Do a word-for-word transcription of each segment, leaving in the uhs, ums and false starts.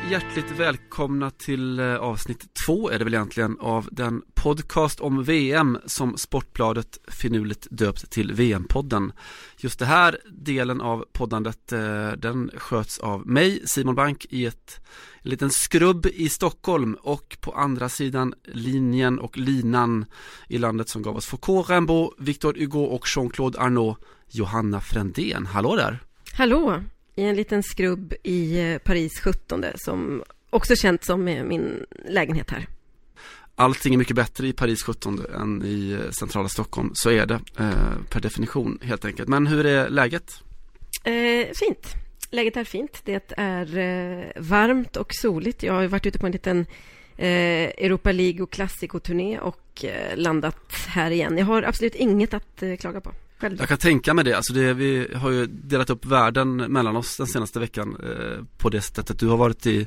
hjärtligt välkomna till avsnitt två är det väl egentligen av den podcast om V M som Sportbladet finurligt döpt till V M-podden. Just det här delen av poddandet den sköts av mig, Simon Bank, i ett en liten skrubb i Stockholm, och på andra sidan linjen och linan i landet som gav oss Foucault Rimbaud, Victor Hugo och Jean-Claude Arnault, Johanna Frändén. Hallå där! Hallå! I en liten skrubb i Paris sjuttonde som också känt som min lägenhet här. Allting är mycket bättre i Paris sjuttonde än i centrala Stockholm, så är det eh, per definition helt enkelt. Men hur är läget? Eh, fint. Läget är fint. Det är eh, varmt och soligt. Jag har varit ute på en liten eh, Europa League och Classico-turné och eh, landat här igen. Jag har absolut inget att eh, klaga på. Själv. Jag kan tänka mig det. Alltså det. Vi har ju delat upp världen mellan oss den senaste veckan eh, på det sättet. Du har varit i,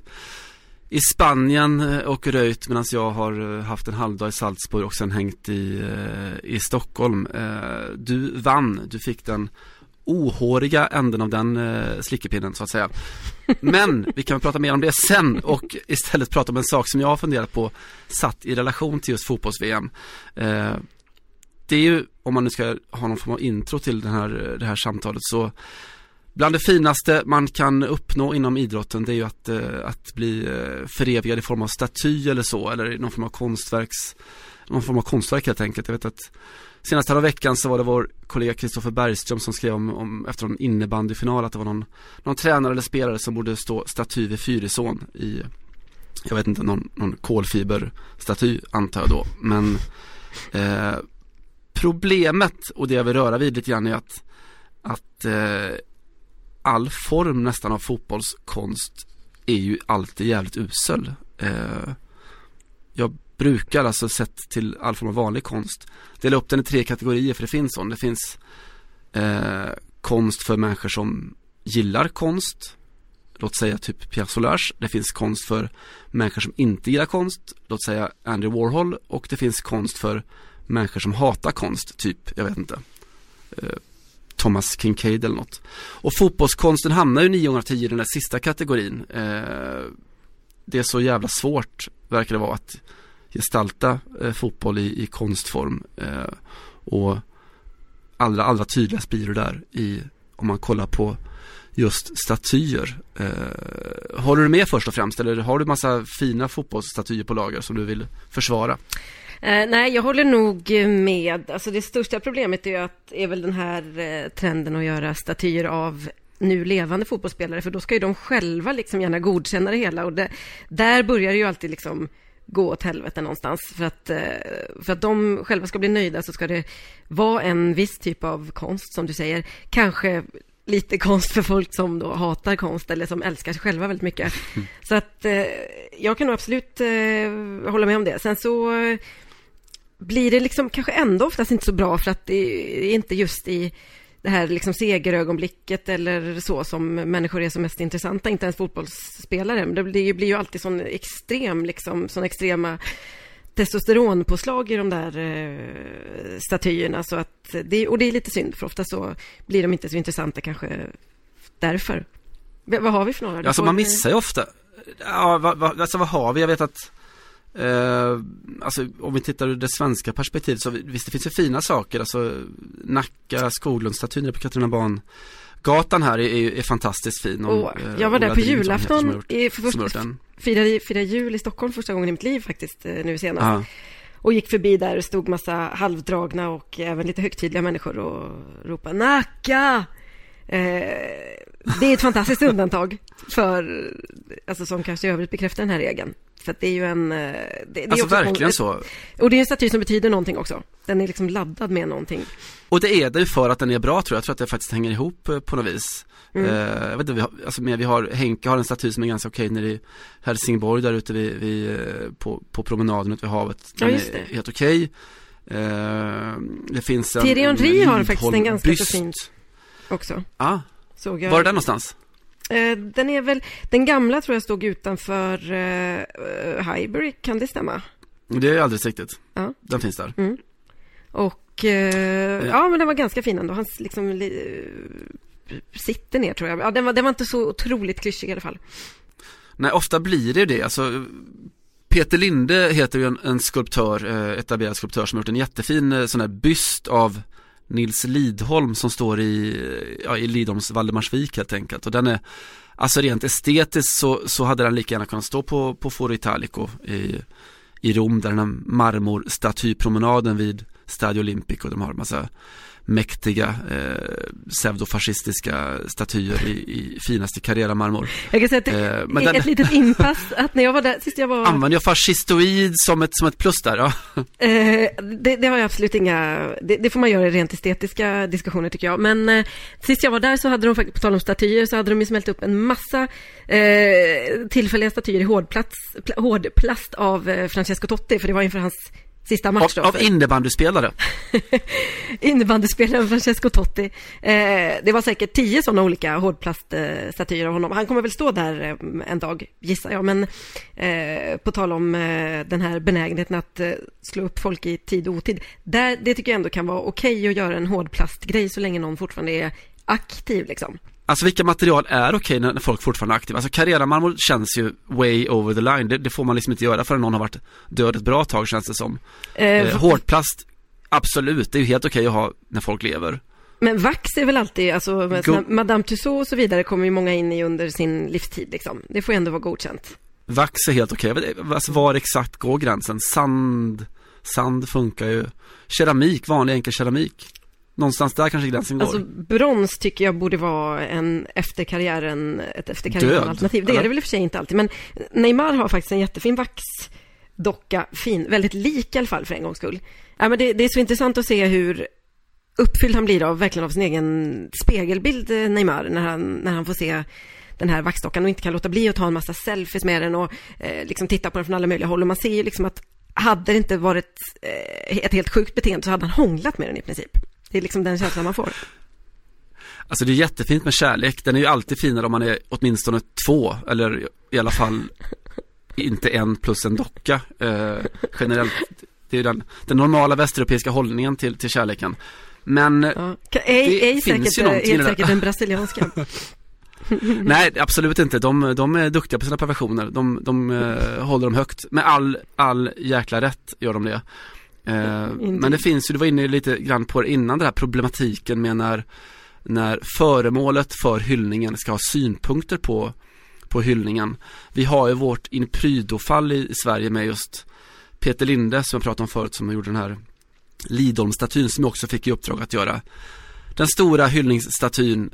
i Spanien och röjt, medan jag har haft en halvdag i Salzburg och sen hängt i, eh, i Stockholm. Eh, du vann. Du fick den ohåriga änden av den eh, slickepinnen, så att säga. Men vi kan prata mer om det sen och istället prata om en sak som jag har funderat på, satt i relation till just fotbolls-V M. Eh, det är ju, om man nu ska ha någon form av intro till den här, det här samtalet, så bland det finaste man kan uppnå inom idrotten, det är ju att, eh, att bli eh, förevigad i form av staty eller så, eller någon form av konstverks någon form av konstverk helt enkelt. Jag vet att senast här veckan så var det vår kollega Kristoffer Bergström som skrev om, om efter en innebandyfinal att det var någon, någon tränare eller spelare som borde stå staty vid Fyrisån i, jag vet inte, någon, någon kolfiberstaty antar jag då. Men eh, problemet, och det jag vill röra vid lite grann, är att, att eh, all form nästan av fotbollskonst är ju alltid jävligt usel. Eh, jag brukar alltså, sett till all form av vanlig konst, dela upp den i tre kategorier, för det finns sån. Det finns eh, konst för människor som gillar konst, låt säga typ Pierre Soulages. Det finns konst för människor som inte gillar konst, låt säga Andy Warhol. Och det finns konst för människor som hatar konst, typ, jag vet inte, eh, Thomas Kincaid eller något. Och fotbollskonsten hamnar ju nio gånger av tio i den där sista kategorin. Eh, det är så jävla svårt, verkar det vara, att gestalta eh, fotboll i, i konstform, eh, och allra, allra tydligast blir det där i, om man kollar på just statyer. Eh, håller du med först och främst, eller har du massa fina fotbollsstatyer på lager som du vill försvara? Eh, nej, jag håller nog med. Alltså det största problemet är ju att är väl den här eh, trenden att göra statyer av nu levande fotbollsspelare, för då ska ju de själva liksom gärna godkänna det hela, och det, där börjar det ju alltid liksom gå åt helvete någonstans. För att, för att de själva ska bli nöjda så ska det vara en viss typ av konst, som du säger. Kanske lite konst för folk som då hatar konst eller som älskar sig själva väldigt mycket. Mm. Så att jag kan nog absolut hålla med om det. Sen så blir det liksom kanske ändå oftast inte så bra, för att det är inte just i det här liksom segerögonblicket eller så som människor är som mest intressanta, inte ens fotbollsspelare. Men det blir, blir ju alltid sån extrem, liksom, sån extrema testosteronpåslag i de där eh, statyerna. Så att det, och det är lite synd, för ofta så blir de inte så intressanta kanske därför. V- vad har vi för några? Alltså får... man missar ju ofta. Ja, vad, vad, alltså vad har vi? Jag vet att Uh, alltså om vi tittar ur det svenska perspektivet, så visst, det finns ju fina saker. Alltså Nacka Skoglundsstatyn på Katarina Gatan här är, är, är fantastiskt fin. Och, oh, jag var där på julafton gjort, i, för först, firade, firade jul i Stockholm första gången i mitt liv faktiskt, nu senast. Aha. Och gick förbi där och stod massa halvdragna och även lite högtidliga människor och ropade Nacka! Eh, det är ett fantastiskt undantag för, alltså, som kanske i övrigt bekräftar den här regeln. För att det är ju en det, det alltså är också verkligen ett, så. Och det är en staty som betyder någonting också. Den är liksom laddad med någonting. Och det är det för att den är bra, tror jag. Jag tror att det faktiskt hänger ihop på något vis. Mm. eh, Jag vet inte, vi har, alltså, men vi har, Henke har en staty som är ganska okej nere i Helsingborg, där ute vid, vid, på, på promenaden ute vid havet. Den ja, just det. Är helt okej. eh, Det finns en Thierry Henry har faktiskt en ganska så fint också. Ja, ah. Var är den någonstans? Den är väl, den gamla tror jag stod utanför uh, Highbury, kan det stämma? Det är alldeles riktigt. Ja. Den finns där. Mm. Och uh, ja. ja, men den var ganska fin ändå. Han liksom uh, sitter ner, tror jag. Ja, den var, den var inte så otroligt klyschig i alla fall. Nej, ofta blir det det. Alltså, Peter Linde heter ju en, en skulptör, eh, etablerad skulptör som har gjort en jättefin eh, sån här byst av Nils Lidholm som står i, ja, i Lidholms Valdemarsvik helt enkelt. Och den är, alltså rent estetiskt så, så hade den lika gärna kunnat stå på, på Foro Italico i, i Rom, där den här marmorstatypromenaden vid Stadio Olimpico, de har en massa mäktiga eh, pseudofascistiska statyer i, i finaste Carrera-marmor. Jag kan säga att det, eh, men den, ett litet inpass att när jag var där sist jag var... Använder jag fascistoid som ett, som ett plus där? Ja. Eh, det, det har jag absolut inga... Det, det får man göra i rent estetiska diskussioner tycker jag. Men eh, sist jag var där så hade de faktiskt, på tal om statyer, så hade de ju smält upp en massa eh, tillfälliga statyer i hårdplats, pl- hårdplast av eh, Francesco Totti, för det var inför hans sista match. Av, av innebandyspelare. Innebandyspelaren Francesco Totti. Eh, det var säkert tio sådana olika hårdplaststatyer av honom. Han kommer väl stå där eh, en dag, gissar jag. Men eh, på tal om eh, den här benägenheten att eh, slå upp folk i tid och otid. Där, det tycker jag ändå kan vara okej att göra en hårdplastgrej så länge någon fortfarande är aktiv liksom. Alltså vilka material är okej när folk fortfarande är aktiva? Alltså Carrera-marmor känns ju way over the line. Det, det får man liksom inte göra förrän någon har varit död ett bra tag, känns det som. Eh, eh, hårdplast, absolut. Det är ju helt okej att ha när folk lever. Men vax är väl alltid, alltså Go- Madame Tussauds och så vidare kommer ju många in i under sin livstid liksom. Det får ju ändå vara godkänt. Vax är helt okej. Alltså, var exakt går gränsen? Sand, sand funkar ju. Keramik, vanlig enkel keramik. Någonstans där kanske gränsen går. Alltså brons tycker jag borde vara en efter karriären, ett efter karriären alternativ. Det eller? Är det väl i och för sig inte alltid. Men Neymar har faktiskt en jättefin vaxdocka, fin, väldigt lik i alla fall för en gångs skull. Ja, men det, det är så intressant att se hur uppfylld han blir av, verkligen av sin egen spegelbild, Neymar, när han, när han får se den här vaxdockan och inte kan låta bli att ta en massa selfies med den och eh, liksom titta på den från alla möjliga håll. Och man ser ju liksom att hade det inte varit eh, ett helt sjukt beteende så hade han hånglat med den i princip. Det är liksom den känslan man får. Alltså det är jättefint med kärlek. Den är ju alltid finare om man är åtminstone två. Eller i alla fall inte en plus en docka. Eh, generellt. Det är ju den, den normala västeuropeiska hållningen till, till kärleken. Men ja. Ej, det ej, finns säkert, ju någonting helt säkert den brasilianska. Nej, absolut inte. De, de är duktiga på sina perversioner. De, de eh, håller dem högt. Med all, all jäkla rätt gör de det. Eh, men det finns ju, du var inne lite grann på det innan, den här problematiken med när, när föremålet för hyllningen ska ha synpunkter på, på hyllningen. Vi har ju vårt in prydo-fall i, i Sverige med just Peter Linde som jag pratade om förut, som gjorde den här Lidholm-statyn, som också fick i uppdrag att göra den stora hyllningsstatyn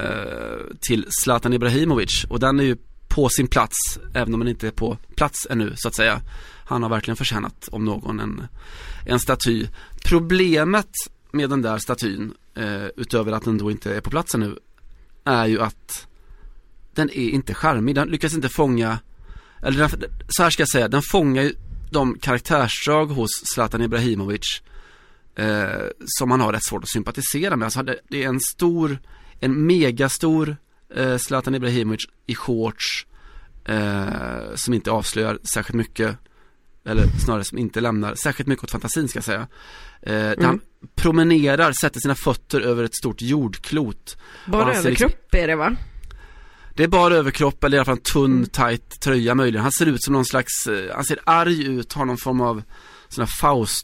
eh, till Zlatan Ibrahimovic, och den är ju på sin plats, även om den inte är på plats ännu så att säga. Han har verkligen förtjänat, om någon, en, en staty. Problemet med den där statyn, eh, utöver att den då inte är på platsen nu, är ju att den är inte charmig. Den lyckas inte fånga, eller den, så här ska jag säga, den fångar ju de karaktärsdrag hos Zlatan Ibrahimovic eh, som man har rätt svårt att sympatisera med. Alltså det, det är en stor, en megastor eh, Zlatan Ibrahimovic i shorts eh, som inte avslöjar särskilt mycket, eller snarare som inte lämnar särskilt mycket åt fantasin, ska jag säga. Eh, där mm. han promenerar, sätter sina fötter över ett stort jordklot. Bara överkropp liksom, är det va? Det är bara överkropp, eller i alla fall en tunn, mm. tight tröja möjligen. Han ser ut som någon slags, eh, han ser arg ut, har någon form av sån här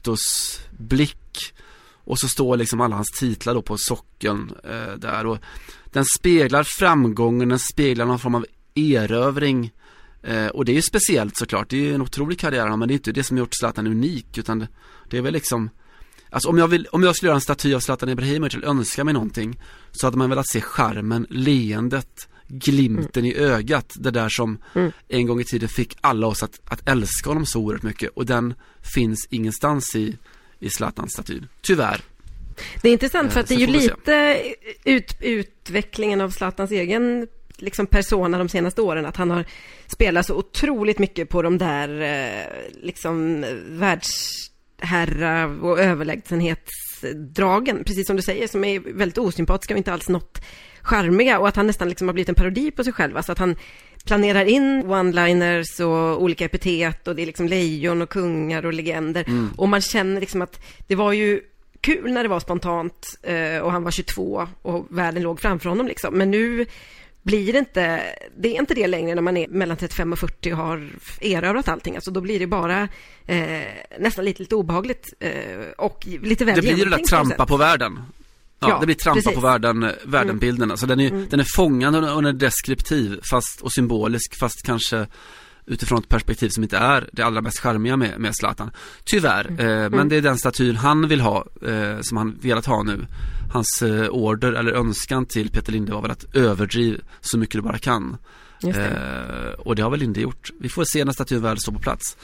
Faustus-blick. Och så står liksom alla hans titlar då på sockeln eh, där. Och den speglar framgången, den speglar någon form av erövring. Eh, och det är ju speciellt såklart, det är ju en otrolig karriär, men det är inte det som gjort Zlatan unik, utan det, det är väl liksom, alltså om jag, vill, om jag skulle göra en staty av Zlatan Ibrahimovic eller önska mig någonting, så hade man velat se charmen, leendet, glimten mm. i ögat, det där som mm. en gång i tiden fick alla oss att, att älska honom så oerhört mycket, och den finns ingenstans i, i Zlatans statyn, tyvärr. Det är intressant för att eh, det är ju lite ut, utvecklingen av Zlatans egen liksom persona de senaste åren, att han har spelat så otroligt mycket på de där eh, liksom världsherra och överlägsenhetsdragen, precis som du säger, som är väldigt osympatiska och inte alls något charmiga, och att han nästan liksom har blivit en parodi på sig själv, alltså att han planerar in one-liners och olika epitet, och det är liksom lejon och kungar och legender, mm. och man känner liksom att det var ju kul när det var spontant eh, och han var tjugotvå och världen låg framför honom liksom, men nu blir det inte, det är inte det längre när man är mellan trettiofem och fyrtio och har erövrat allting. Alltså då blir det bara eh, nästan lite, lite obehagligt eh, och lite väl det blir ju det där trampa på världen. Ja, ja, det blir trampa precis. på världen, världenbilden. Mm. Alltså den är, mm. den är fångande och den är deskriptiv fast, och symbolisk, fast kanske utifrån ett perspektiv som inte är det allra mest charmiga med, med Zlatan. Tyvärr, mm. eh, men det är den statyn han vill ha, eh, som han velat ha nu. Hans eh, order eller önskan till Peter Linde var väl att överdriva så mycket du bara kan. Just det. Eh, och det har väl Linde gjort. Vi får se när statyn väl står på plats.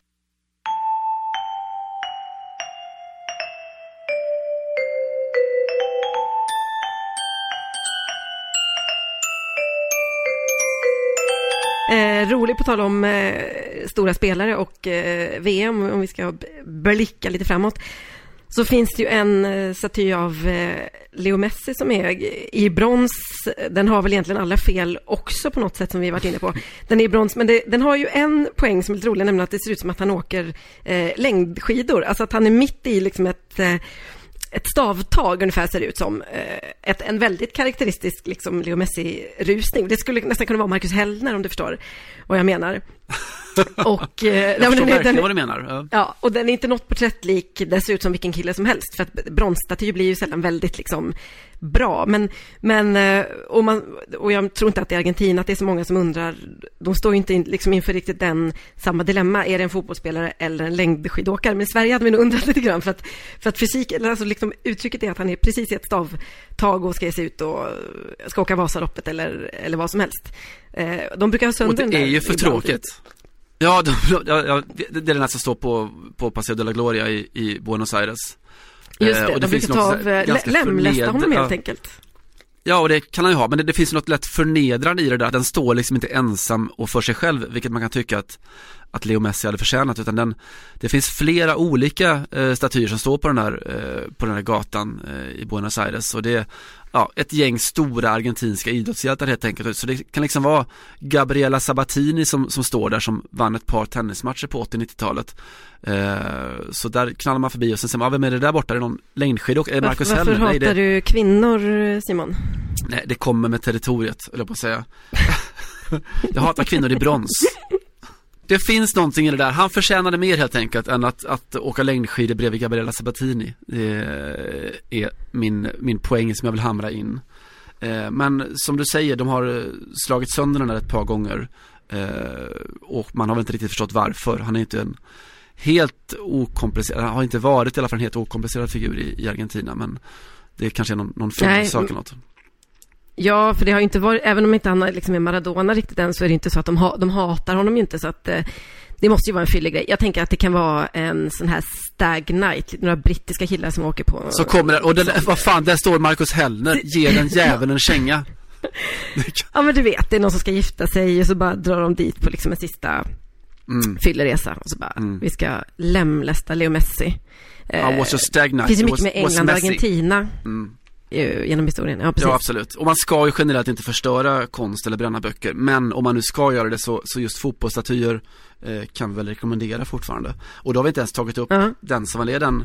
Eh, roligt på tal om eh, stora spelare och eh, V M, om vi ska blicka lite framåt, så finns det ju en eh, staty av eh, Leo Messi som är i brons. Den har väl egentligen alla fel också på något sätt som vi varit inne på. Den är i brons, men det, den har ju en poäng som är lite rolig, nämligen att det ser ut som att han åker eh, längdskidor. Alltså att han är mitt i liksom ett... Eh, ett stavtag ungefär ser det ut som. Ett, en väldigt karaktäristisk liksom Leo Messi-rusning. Det skulle nästan kunna vara Marcus Hellner, om du förstår vad jag menar. Och, jag förstår den, verkligen den, vad du menar. Ja. ja, och den är inte något porträttlik. Det ser ut som vilken kille som helst. För att bronsstaty blir ju sällan väldigt liksom bra. Men, men och, man, och jag tror inte att i Argentina att det är så många som undrar. De står ju inte in, liksom inför riktigt den samma dilemma. Är det en fotbollsspelare eller en längdskidåkare? Men i Sverige hade vi nog undrat lite grann. För att, för att fysik, alltså liksom uttrycket är att han är precis i ett stavtag och ska ge sig ut och ska åka Vasaloppet eller, eller vad som helst. De brukar ha sönder. Och det är ju för tråkigt. Ja, de, ja, ja, det är den här som står på, på Paseo de la Gloria i, i Buenos Aires. Just det, eh, och det de finns ta av lä- lämlästa honom helt enkelt. Ja, och det kan han ju ha, men det, det finns något lätt förnedrande i det där. Den står liksom inte ensam och för sig själv, vilket man kan tycka att, att Leo Messi hade förtjänat, utan den, det finns flera olika eh, statyer som står på den här, eh, på den här gatan eh, i Buenos Aires, och det är ja, ett gäng stora argentinska idrottshjältar helt enkelt. Så det kan liksom vara Gabriela Sabatini som, som står där, som vann ett par tennismatcher på åttio-nittiotalet. Eh, så där knallar man förbi och sen säger man, ah, vem är det där borta? Är det någon längdskidåk? Är det Marcus Varför, varför hatar Nej, det... du kvinnor, Simon? Nej, det kommer med territoriet, eller jag på att säga. Jag hatar kvinnor i brons. Det finns någonting i det där. Han förtjänade mer helt enkelt än att, att åka längdskidor bredvid Gabriela Sabatini. Det är min, min poäng som jag vill hamra in. Men som du säger, de har slagit sönder den där ett par gånger. Och man har väl inte riktigt förstått varför. Han är inte en helt okomplicerad, han har inte varit i alla fall en helt okomplicerad figur i, i Argentina. Men det kanske är någon, någon full sak eller något. Ja, för det har ju inte varit, även om inte han liksom är Maradona riktigt än, så är det inte så att de, ha, de hatar honom ju inte, så att eh, det måste ju vara en fyllig grej. Jag tänker att det kan vara en sån här stag night, några brittiska killar som åker på. Så kommer det, och den, vad fan, där står Marcus Hellner, ger den jäveln en känga. Ja, men du vet, det är någon som ska gifta sig och så bara drar de dit på liksom en sista mm. fylleresa och så bara, mm. vi ska lämlästa Leo Messi. Ja, was just stag night. Det finns ju mycket med England och Argentina. Mm. Genom historien, ja, precis. Ja, absolut. Och man ska ju generellt inte förstöra konst eller bränna böcker, men om man nu ska göra det så, så just fotbollsstatyer eh, kan vi väl rekommendera fortfarande. Och då har vi inte ens tagit upp uh-huh. den som är den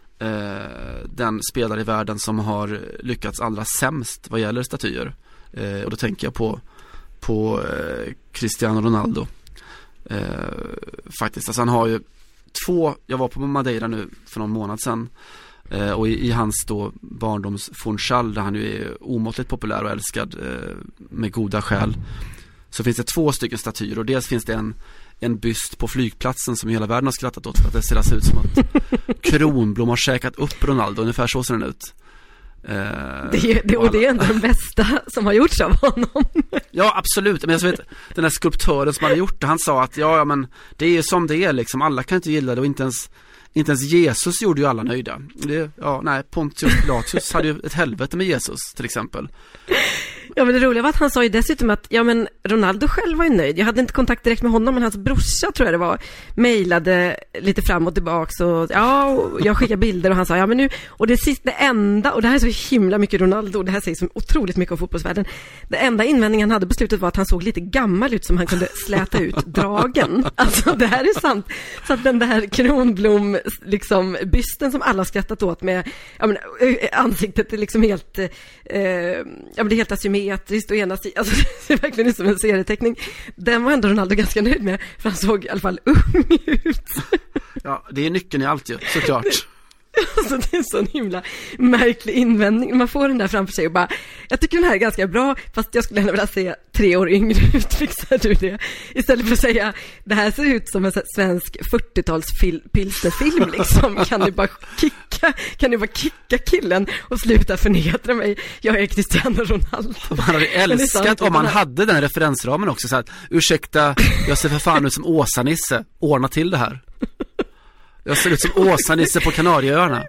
eh, den spelare i världen som har lyckats allra sämst vad gäller statyer. Eh, och då tänker jag på på eh, Cristiano Ronaldo. Eh, faktiskt, alltså han har ju två, jag var på Madeira nu för någon månad sedan. Uh, och i, i hans då barndoms Funchal, där han ju är omåttligt populär och älskad uh, med goda skäl, så finns det två stycken statyer, och dels finns det en, en byst på flygplatsen som hela världen har skrattat åt för att det ser ut som att Kronblom har käkat upp Ronaldo, ungefär så ser den ut. Uh, det är, det, och det är ändå den bästa som har gjorts av honom. Ja, absolut. Men jag vet, den här skulptören som hade gjort det, han sa att ja, ja men det är ju som det är liksom, alla kan inte gilla det, och inte ens Inte ens Jesus gjorde ju alla nöjda. Det, ja, nej, Pontius Pilatus hade ju ett helvete med Jesus till exempel. Ja, men det roliga var att han sa ju dessutom att ja, men Ronaldo själv var ju nöjd. Jag hade inte kontakt direkt med honom, men hans brorsa tror jag det var, mejlade lite fram och tillbaka, och ja, och jag skickade bilder och han sa ja, men nu, och det sista, det enda, och det här är så himla mycket Ronaldo, och det här säger så otroligt mycket om fotbollsvärlden. Det enda invändningen han hade på slutet var att han såg lite gammal ut, som han kunde släta ut dragen. Alltså det här är sant. Så att den där Kronblom liksom bysten som alla skrattat åt med, ja men ansiktet är liksom helt eh, ja men det är helt asymmetriskt symmetriskt och ena sidan, alltså det ser verkligen ut som en serieteckning. Den var ändå Ronaldo ganska nöjd med, för han såg i alla fall ung ut. Ja, det är nyckeln i allt ju, såklart. Alltså det är en sån himla märklig invändning. Man får den där framför sig och bara, jag tycker den här är ganska bra, fast jag skulle gärna vilja se tre år yngre ut, fixar du det? Istället för att säga, det här ser ut som en svensk fyrtiotals pilsnerfilm liksom. Kan du bara kicka, kan du bara kicka killen och sluta förnedra mig? Jag är Cristiano Ronaldo. Man hade älskat om man hade den referensramen också, så att, ursäkta, jag ser för fan ut som Åsa-Nisse, ordna till det här. Jag ser ut som Åsa-Nisse på Kanarieöarna.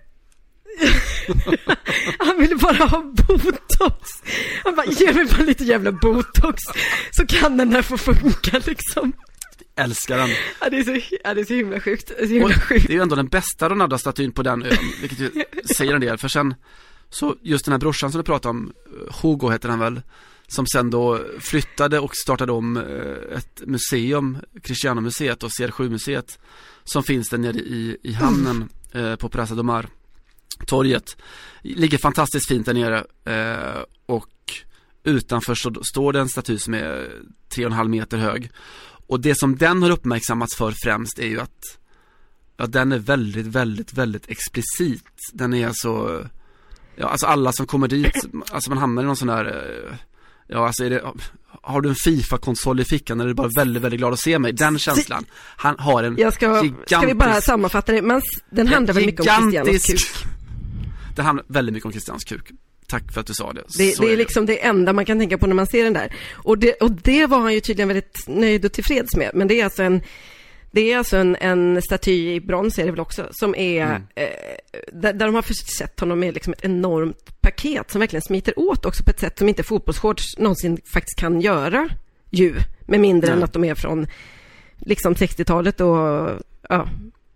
Han ville bara ha botox. Han bara, ge mig bara lite jävla botox, så kan den där få funka liksom. Älskar den. Ja, det är så, ja, det är så himla sjukt. Det är, så himla sjukt. Det är ju ändå den bästa Ronaldo-statyn på den ön, vilket ju säger en del. För sen, så just den här brorsan som du pratade om, Hugo heter han väl, som sen då flyttade och startade om ett museum, Cristiano-museet och C R sju-museet, som finns där nere i, i hamnen eh, på Praça do Mar, torget. Ligger fantastiskt fint där nere, eh, och utanför så står det en staty som är tre och en halv meter hög. Och det som den har uppmärksammats för främst är ju att ja, den är väldigt, väldigt, väldigt explicit. Den är alltså, ja, alltså alla som kommer dit, alltså man hamnar i någon sån där, ja, alltså är det, har du en FIFA-konsol i fickan eller är du bara väldigt, väldigt glad att se mig? Den känslan. Han har en Jag ska, gigantisk... Ska vi bara sammanfatta det? Men den handlar väl mycket om Cristianos kuk. Det handlar väldigt mycket om Cristianos kuk. Tack för att du sa det. Det, det är, är liksom det enda man kan tänka på när man ser den där. Och det, och det var han ju tydligen väldigt nöjd och tillfreds med. Men det är alltså en, det är alltså en, en staty i brons är det väl också, som är mm. eh, där, där de har försett honom med liksom ett enormt paket som verkligen smiter åt också på ett sätt som inte fotbollsshorts någonsin faktiskt kan göra ju, med mindre mm. än att de är från liksom sextiotalet och ja,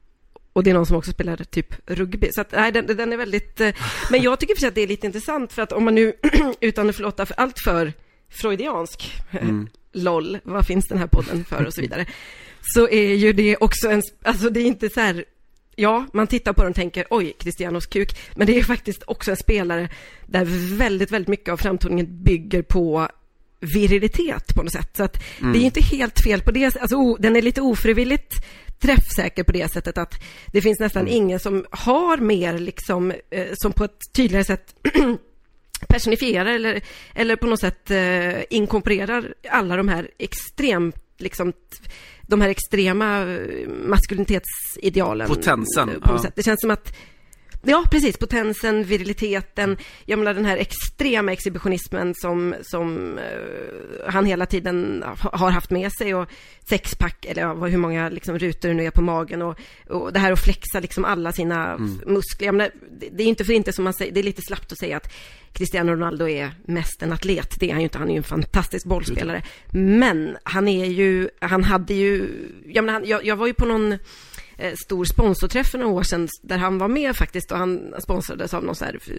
och det är någon som också spelar typ rugby. Så att, nej, den, den är väldigt eh, men jag tycker för sig att det är lite intressant, för att om man nu utan att förlåta för allt för freudiansk mm. LOL, vad finns den här podden för och så vidare, så är ju det också en, alltså det är inte så här, ja, man tittar på den och tänker, oj, Cristianos kuk, men det är faktiskt också en spelare där väldigt, väldigt mycket av framtoningen bygger på virilitet på något sätt, så att mm. det är inte helt fel på det, alltså o, den är lite ofrivilligt träffsäker på det sättet att det finns nästan mm. ingen som har mer liksom, eh, som på ett tydligare sätt personifierar eller, eller på något sätt eh, inkorporerar alla de här extremt liksom de här extrema maskulinitetsidealen. Potensen. På något ja. sätt. Det känns som att ja, precis, potensen, viriliteten, jag menar den här extrema exhibitionismen som, som uh, han hela tiden har haft med sig, och sexpack, eller ja, hur många liksom, rutor nu är på magen, och, och det här att flexa liksom alla sina mm. muskler. Jag menar, det, det är inte för inte som man säger, det är lite slappt att säga att Cristiano Ronaldo är mest en atlet, det är han ju inte, han är ju en fantastisk bollspelare, men han är ju, han hade ju, jag menar, han, jag, jag var ju på någon stor sponsorträff för några år sedan där han var med faktiskt, och han sponsrades av någon så här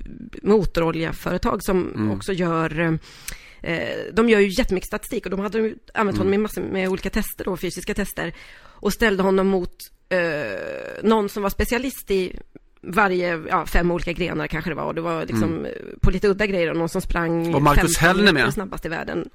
motoroljeföretag som mm. också gör eh, de gör ju jättemycket statistik, och de hade ju använt honom mm. med massor med olika tester då, fysiska tester, och ställde honom mot eh, någon som var specialist i varje, ja, fem olika grenar kanske det var, och det var liksom mm. på lite udda grejer, och någon som sprang och Marcus Hellner med snabbast i världen.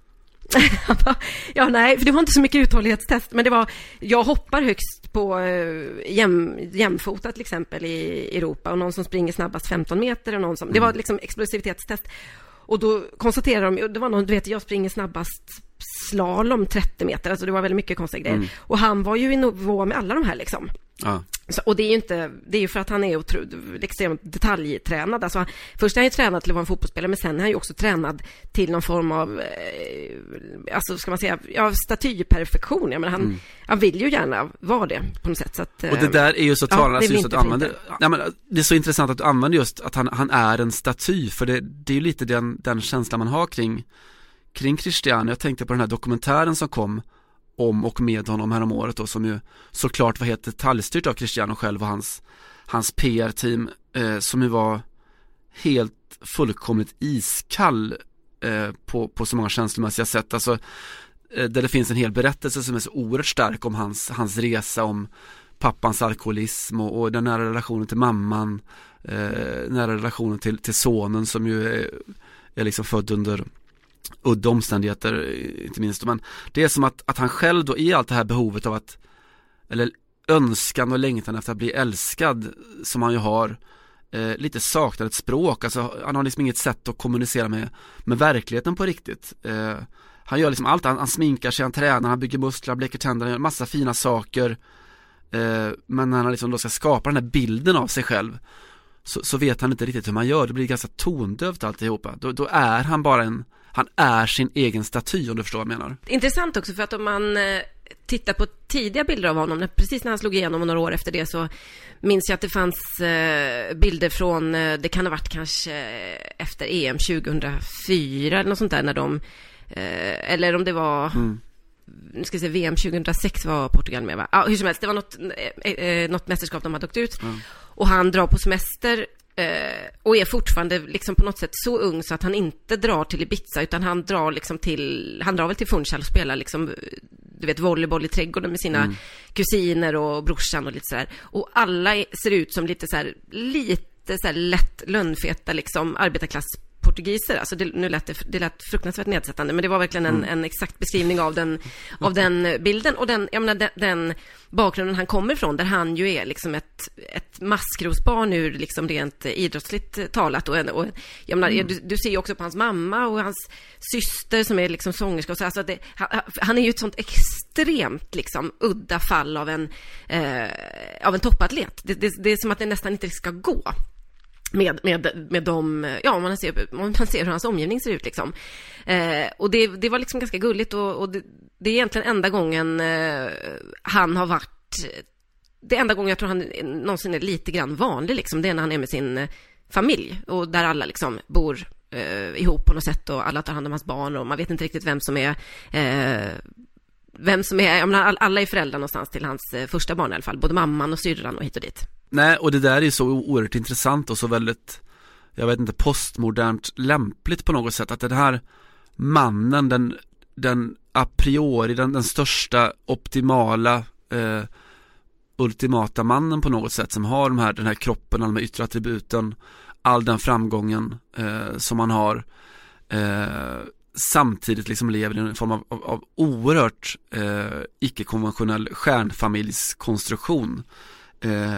Ja, nej, för det var inte så mycket uthållighetstest, men det var, jag hoppar högst på uh, jäm, jämfota till exempel i Europa, och någon som springer snabbast femton meter och någon som, mm. det var liksom explosivitetstest, och då konstaterade de, det var någon, du vet, jag springer snabbast slalom trettio meter, alltså det var väldigt mycket konstiga grejer, mm. och han var ju i nivå med alla de här liksom. Ja. Så, och det är ju inte, det är ju för att han är otroligt extremt detaljtränad. Alltså han, först är han ju tränad till att vara en fotbollsspelare, men sen är han ju också tränad till någon form av eh, alltså ska man säga, ja, statyperfektion. Jag menar, han, mm. han vill ju gärna vara det på något sätt, så att, och det där är ju så talande, ja, att du använder, ja. Nej, men det är så intressant att du använder just att han, han är en staty, för det, det är ju lite den, den känslan man har kring kring Cristiano. Jag tänkte på den här dokumentären som kom om och med honom här om året då, som ju såklart var helt detaljstyrt av Cristiano själv och hans, hans P R-team, eh, som ju var helt fullkomligt iskall eh, på, på så många känslomässiga sätt. Alltså, eh, där det finns en hel berättelse som är så oerhört stark om hans, hans resa, om pappans alkoholism och, och den nära relationen till mamman, eh, nära relationen till, till sonen som ju är är liksom född under udda omständigheter, inte minst. Men det är som att, att han själv då i allt det här behovet av att, eller önskan och längtan efter att bli älskad som han ju har, eh, lite saknar ett språk. Alltså han har liksom inget sätt att kommunicera med, med verkligheten på riktigt. Eh, han gör liksom allt, han, han sminkar sig, han tränar, han bygger muskler, bleker tänderna, gör massa fina saker. Eh, men när han liksom då ska skapa den här bilden av sig själv, så, så vet han inte riktigt hur man gör. Det blir ganska tondövt alltihopa. Då, då är han bara en, han är sin egen staty, om du förstår vad jag menar. Intressant också, för att om man eh, tittar på tidiga bilder av honom, när, precis när han slog igenom och några år efter det, så minns jag att det fanns eh, bilder från, eh, det kan ha varit kanske efter E M tjugohundrafyra eller något sånt där, när de eh, eller om det var mm. nu ska vi se, V M tjugohundrasex var Portugal med, va? Ja, hur som helst, det var något, eh, något mästerskap de hade åkt ut. Mm. Och han drar på semester eh, och är fortfarande liksom på något sätt så ung så att han inte drar till Ibiza, utan han drar liksom till, han drar väl till Funchal och spelar liksom, du vet, volleyboll i trädgården med sina mm. kusiner och brorsan och lite sådär. Och alla ser ut som lite så här, lite så här lätt lönnfeta liksom arbetarklass portugiser. Alltså det, nu lät det, det lät fruktansvärt nedsättande, men det var verkligen en, mm. en exakt beskrivning av den, av den bilden och den, jag menar, den, den bakgrunden han kommer ifrån, där han ju är liksom ett, ett maskrosbarn ur liksom rent idrottsligt talat, och, en, och jag menar, mm. du, du ser ju också på hans mamma och hans syster som är liksom sångerska och så, alltså det, han, han är ju ett sånt extremt liksom udda fall av en eh, av en toppatlet. Det, det, det är som att det nästan inte ska gå med, med, med de, ja, om man ser, om man ser hur hans omgivning ser ut liksom. Eh, och det, det var liksom ganska gulligt, och, och det, det är egentligen enda gången eh, han har varit, det enda gången jag tror han någonsin är lite grann vanlig liksom, det är när han är med sin familj, och där alla liksom bor eh, ihop på något sätt, och alla tar hand om hans barn, och man vet inte riktigt vem som är eh, vem som är, jag menar, alla är föräldrar någonstans till hans eh, första barn i alla fall, både mamman och syrran och hit och dit. Nej, och det där är så oerhört intressant och så väldigt, jag vet inte, postmodernt lämpligt på något sätt, att den här mannen, den, den a priori, den, den största optimala eh, ultimata mannen på något sätt, som har de här, den här kroppen, alla de här yttre attributen, all den framgången eh, som man har, eh, samtidigt liksom lever i en form av, av, av oerhört eh, icke-konventionell stjärnfamiljskonstruktion. Eh,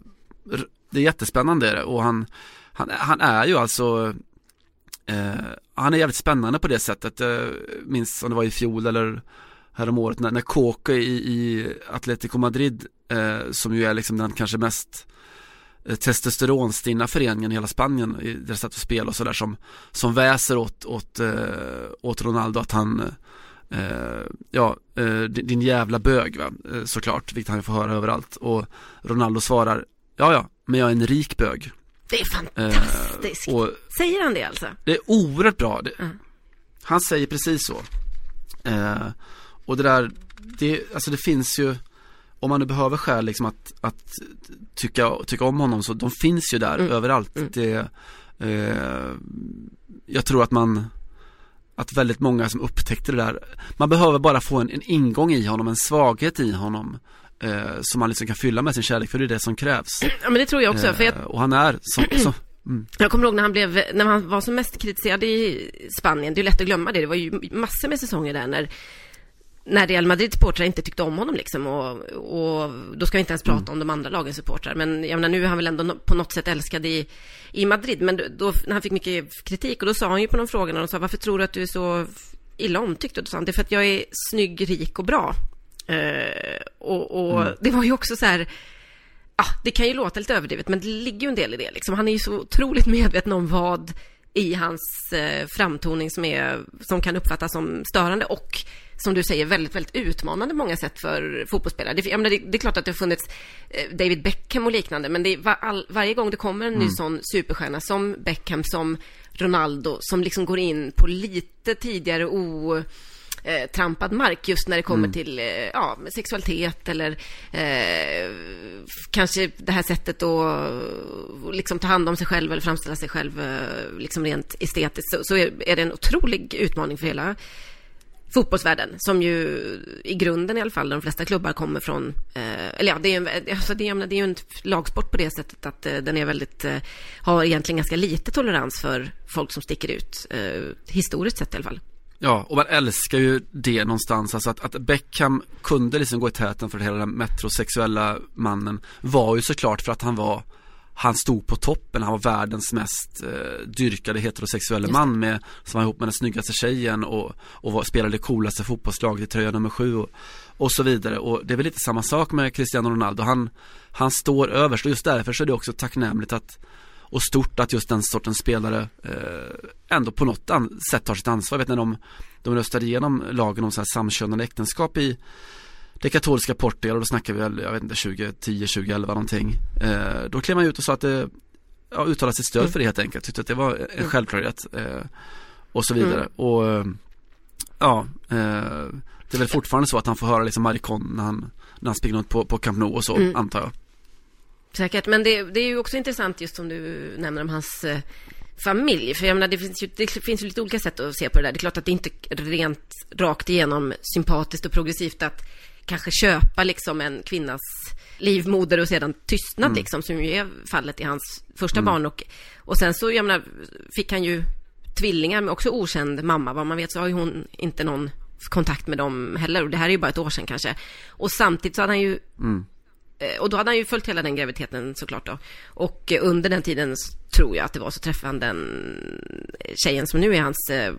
det är jättespännande, och han, han, han är ju alltså eh, han är jävligt spännande på det sättet. eh, minns om det var i fjol eller häromåret när, när Koke i, i Atletico Madrid, eh, som ju är liksom den kanske mest eh, testosteronstinna föreningen i hela Spanien i deras sätt att spela och sådär, som, som väser åt, åt, eh, åt Ronaldo att han Uh, ja, uh, din, din jävla bög, va? Uh, såklart, vilket han får höra överallt. Och Ronaldo svarar, ja ja, men jag är en rik bög. Det är fantastiskt. Uh, och säger han det alltså? Det är oerhört bra. Det, uh. Han säger precis så. Uh, och det där, det, alltså det finns ju, om man nu behöver skäl liksom att, att tycka, tycka om honom, så de finns ju där mm. överallt. Mm. Det, uh, jag tror att man att väldigt många som upptäckte det där, man behöver bara få en, en ingång i honom, en svaghet i honom, eh, som man liksom kan fylla med sin kärlek, för det är det som krävs. Ja, men det tror jag också. Eh, för jag... Och han är så, så, mm. Jag kommer ihåg när han blev, när han var som mest kritiserad i Spanien, det är lätt att glömma det, det var ju massor med säsonger där när när Real Madrid supportrar inte tyckte om honom liksom, och, och då ska vi inte ens prata mm. om de andra lagens supportrar, men jag menar, nu är han väl ändå på något sätt älskad i, i Madrid, men då, när han fick mycket kritik, och då sa han ju på någon fråga, när de sa, varför tror du att du är så illa omtyckt? Och då sa han, det är för att jag är snygg, rik och bra. Eh, och och mm. det var ju också så här, ah, det kan ju låta lite överdrivet, men det ligger ju en del i det liksom. Han är ju så otroligt medveten om vad i hans eh, framtoning som är, som kan uppfattas som störande, och som du säger, väldigt, väldigt utmanande många sätt för fotbollsspelare. Det, jag menar, det, det är klart att det har funnits eh, David Beckham och liknande, men det är var, all, varje gång det kommer en mm. ny sån superstjärna som Beckham, som Ronaldo, som liksom går in på lite tidigare o... Eh, trampad mark, just när det kommer mm. till eh, ja, sexualitet eller eh, kanske det här sättet att liksom ta hand om sig själv eller framställa sig själv eh, liksom rent estetiskt, så, så är, är det en otrolig utmaning för hela fotbollsvärlden, som ju i grunden i alla fall de flesta klubbar kommer från, eh, eller ja, det är, en, alltså det, är, det är ju en lagsport på det sättet att eh, den är väldigt, eh, har egentligen ganska lite tolerans för folk som sticker ut, eh, historiskt sett i alla fall. Ja, och man älskar ju det någonstans, alltså att, att Beckham kunde liksom gå i täten för hela den metrosexuella mannen var ju såklart för att han var han stod på toppen, han var världens mest eh, dyrkade heterosexuella man med, som var ihop med den snyggaste tjejen och, och var, spelade det coolaste fotbollslaget i tröja nummer sju och, och så vidare. Och det är väl lite samma sak med Cristiano Ronaldo. Han, han står överst och just därför så är det också tacknämligt att, och stort att just den sortens spelare eh, ändå på något an- sätt tar sitt ansvar. Jag vet när de, de röstade igenom lagen om så här samkönade äktenskap i det katolska Portugal, och då snackar vi väl, jag vet inte, tjugo tio tjugo elva någonting. Eh, då klev man ut och sa att det, ja, uttalade sitt stöd för det helt enkelt. Tyckte att det var en självklarhet eh, och så vidare. Mm. Och ja, eh, det är väl fortfarande så att han får höra liksom Maricon när han, när han springer ut på, på Camp Nou och så, mm. antar jag. Säkert, men det, det är ju också intressant just som du nämner om hans eh, familj. För jag menar, det finns ju, det finns ju lite olika sätt att se på det där. Det är klart att det inte är rent rakt igenom sympatiskt och progressivt att kanske köpa liksom en kvinnas livmoder och sedan tystnad mm. liksom, som ju är fallet i hans första mm. barn. Och, och sen så, jag menar, fick han ju tvillingar med också okänd mamma. Vad man vet så har ju hon inte någon kontakt med dem heller. Och det här är ju bara ett år sedan kanske. Och samtidigt så hade han ju mm. och då hade han ju följt hela den graviditeten såklart då. Och under den tiden tror jag att det var så träffade han den tjejen som nu är hans eh,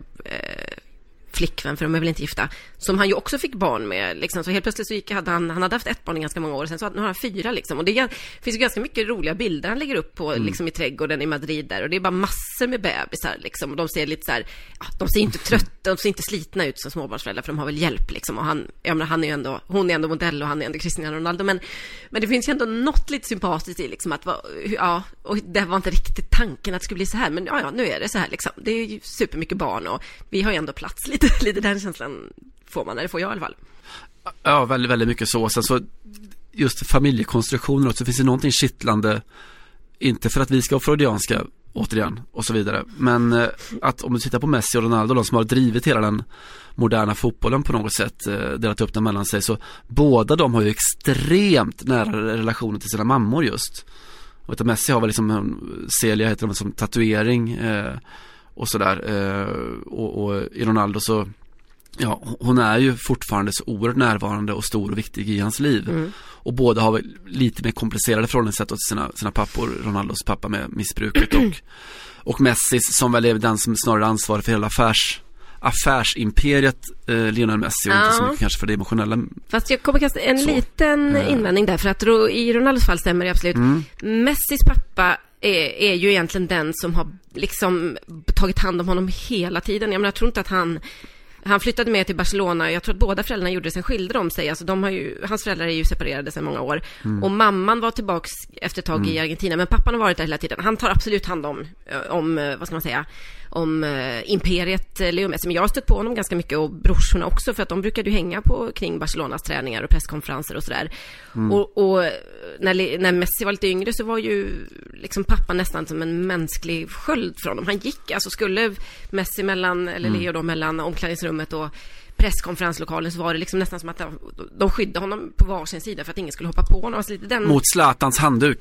flickvän, för de är väl inte gifta, som han ju också fick barn med liksom. Så helt plötsligt så gick, hade han, han hade haft ett barn i ganska många år, sen så nu har han fyra liksom. Och det finns ju ganska mycket roliga bilder han lägger upp på mm. liksom i trädgården i Madrid där, och det är bara massor med bebisar liksom, och de ser lite så här, ja, de ser inte trötta, de ser inte slitna ut som småbarnsföräldrar, för de har väl hjälp liksom. Och han, jag menar, han är ju ändå, hon är ändå modell och han är ändå Cristiano Ronaldo, men, men det finns ju ändå något lite sympatiskt i liksom att, ja, och det var inte riktigt tanken att det skulle bli så här, men ja, ja, nu är det så här liksom. Det är ju supermycket barn och vi har ju ändå plats lite. Lite den känslan får man, eller får jag i alla fall. Ja, väldigt, väldigt mycket så. Sen så just familjekonstruktioner också, finns det någonting kittlande, inte för att vi ska vara freudianska återigen och så vidare, men eh, att om du tittar på Messi och Ronaldo, de som har drivit hela den moderna fotbollen på något sätt, eh, delat upp den mellan sig, så båda de har ju extremt nära relationer till sina mammor just. Och att Messi har väl liksom Celia heter de som tatuering eh, och sådär eh, och, och i Ronaldo så ja, hon är ju fortfarande så oerhört närvarande och stor och viktig i hans liv. Mm. Och båda har väl lite mer komplicerade förhållningssätt åt sina, sina pappor. Ronaldos pappa med missbruket och, och Messi som väl är den som snarare ansvarar för hela affärs, affärsimperiet eh, Lionel Messi och ja. Inte så mycket kanske för det emotionella. Fast jag kommer kasta en så. liten eh. invändning där, för att i Ronaldos fall stämmer det absolut. Mm. Messis pappa är, är ju egentligen den som har liksom tagit hand om honom hela tiden. Jag menar, jag tror inte att han Han flyttade med till Barcelona. Jag tror att båda föräldrarna gjorde det, sen skilde de sig. Alltså de har ju, hans föräldrar är ju separerade sedan många år. Mm. Och mamman var tillbaks efter ett tag mm. i Argentina. Men pappan har varit där hela tiden. Han tar absolut hand om, om vad ska man säga, om uh, imperiet Leo Messi. Men jag har stött på honom ganska mycket, och brorsorna också, för att de brukade ju hänga på kring Barcelonas träningar och presskonferenser och sådär. Mm. Och, och när, när Messi var lite yngre så var ju liksom pappa nästan som en mänsklig sköld från dem. Han gick, alltså skulle Messi mellan, eller mm. Leo då mellan omklädningsrummet och presskonferenslokalen, så var det liksom nästan som att de, de skyddade honom på varsin sida för att ingen skulle hoppa på honom. Alltså lite den... Mot Zlatans handduk.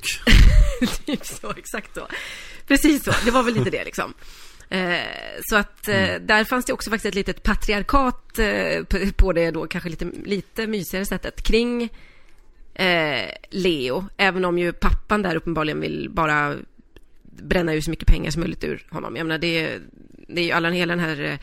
Typ så, exakt så. Precis så, det var väl lite det liksom. Eh, så att eh, mm. där fanns det också faktiskt ett litet patriarkat eh, på, på det då kanske lite, lite mysigare sättet kring eh, Leo, även om ju pappan där uppenbarligen vill bara bränna ur så mycket pengar som möjligt ur honom. Jag menar, det, det är ju alla, hela den här eh,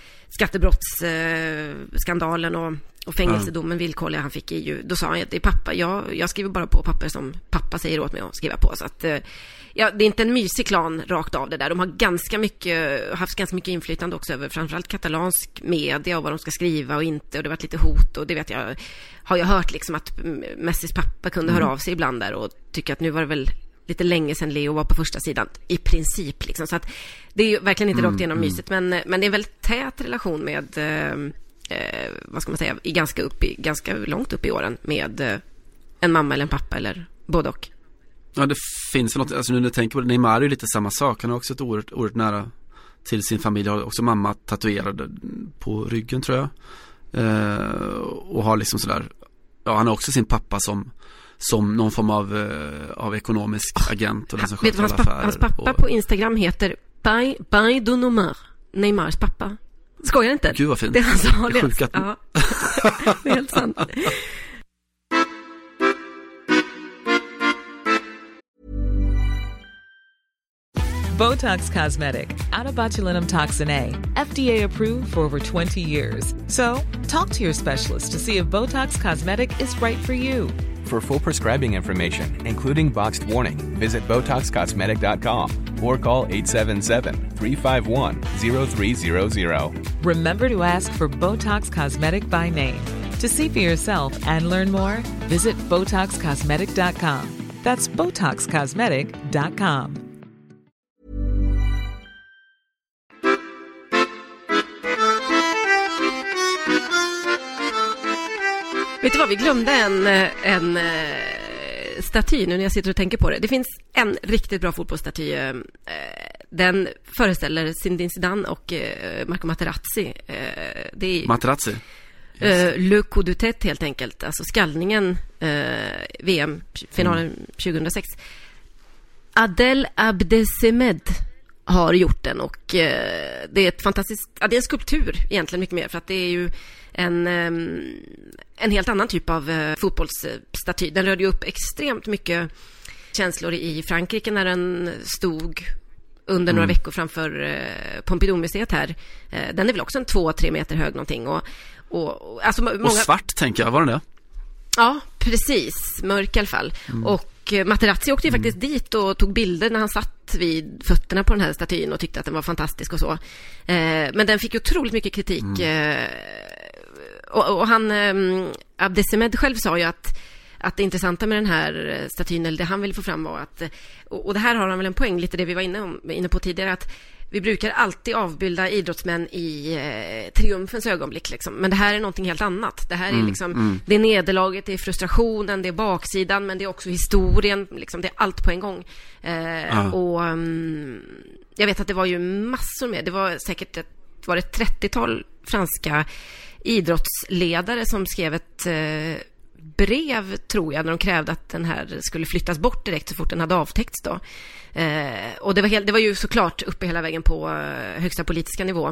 skattebrottsskandalen och, och fängelsedomen villkorliga han fick i ju, då sa han att det är pappa, jag, jag skriver bara på papper som pappa säger åt mig att skriva på, så att ja, det är inte en mysig klan rakt av det där. De har ganska mycket, haft ganska mycket inflytande också över framförallt katalansk media och vad de ska skriva och inte, och det har varit lite hot, och det vet jag, har jag hört liksom att Messis pappa kunde mm. höra av sig ibland där och tycka att nu var det väl lite länge sedan Leo var på första sidan i princip liksom. Så att det är ju verkligen inte mm, rakt igenom mm. mysigt, men, men det är en väldigt tät relation med eh, vad ska man säga, i ganska, upp i, ganska långt upp i åren med eh, en mamma eller en pappa eller både och. Ja, det finns väl något, alltså nu när jag tänker på det, Neymar är ju lite samma sak, han har också ett oerhört, oerhört nära till sin familj. Har också mamma tatuerad på ryggen tror jag. Eh, och har liksom sådär, ja, han har också sin pappa som som någon form av, uh, av ekonomisk oh, agent och den som sköter alla pappa, affärer. Hans pappa och... på Instagram heter Bay, Bay du Neymar, Neymars pappa. Skojar inte? Gud vad fint. Det är hans alias. Att... Ja. Det är helt sant. Botox Cosmetic, out of botulinum toxin A, F D A approved for over twenty years. So, talk to your specialist to see if Botox Cosmetic is right for you. For full prescribing information, including boxed warning, visit Botox Cosmetic dot com or call eight seven seven, three five one, zero three zero zero. Remember to ask for Botox Cosmetic by name. To see for yourself and learn more, visit Botox Cosmetic dot com. That's Botox Cosmetic dot com. Vet du vad, vi glömde en, en staty nu när jag sitter och tänker på det. Det finns en riktigt bra fotbollsstaty. Den föreställer Zinedine Zidane och Marco Materazzi. Det är Materazzi? Uh, Le coup de tête helt enkelt. Alltså skallningen, uh, V M-finalen mm. tjugohundrasex. Adel Abdesemed har gjort den och uh, det är ett fantastiskt, ja, det är en skulptur egentligen mycket mer, för att det är ju en, um, en helt annan typ av uh, fotbollsstaty. Den rörde ju upp extremt mycket känslor i Frankrike när den stod under mm. några veckor framför uh, Pompidou-museet här. Uh, den är väl också en två, tre meter hög någonting och Och, och, alltså, många... och svart tänker jag, var den det? Ja, precis. Mörk i alla fall. Mm. Och eh, Materazzi åkte ju mm. faktiskt dit och tog bilder när han satt vid fötterna på den här statyn och tyckte att den var fantastisk och så. Eh, men den fick ju otroligt mycket kritik. Mm. Eh, och, och han, eh, Abdesemed själv sa ju att att det intressanta med den här statyn, eller det han ville få fram var att, och, och det här har han väl en poäng, lite det vi var inne, om, inne på tidigare, att vi brukar alltid avbilda idrottsmän i eh, triumfens ögonblick liksom. Men det här är någonting helt annat. Det här är mm, liksom mm. det är nederlaget, det är frustrationen, det är baksidan, men det är också historien liksom, det är allt på en gång. Eh, ah. Och um, jag vet att det var ju massor med, det var säkert ett, var det ett trettiotal franska idrottsledare som skrev ett eh, brev, tror jag, när de krävde att den här skulle flyttas bort direkt så fort den hade avtäckts då. Eh, och det var, helt, det var ju såklart uppe hela vägen på eh, högsta politiska nivå,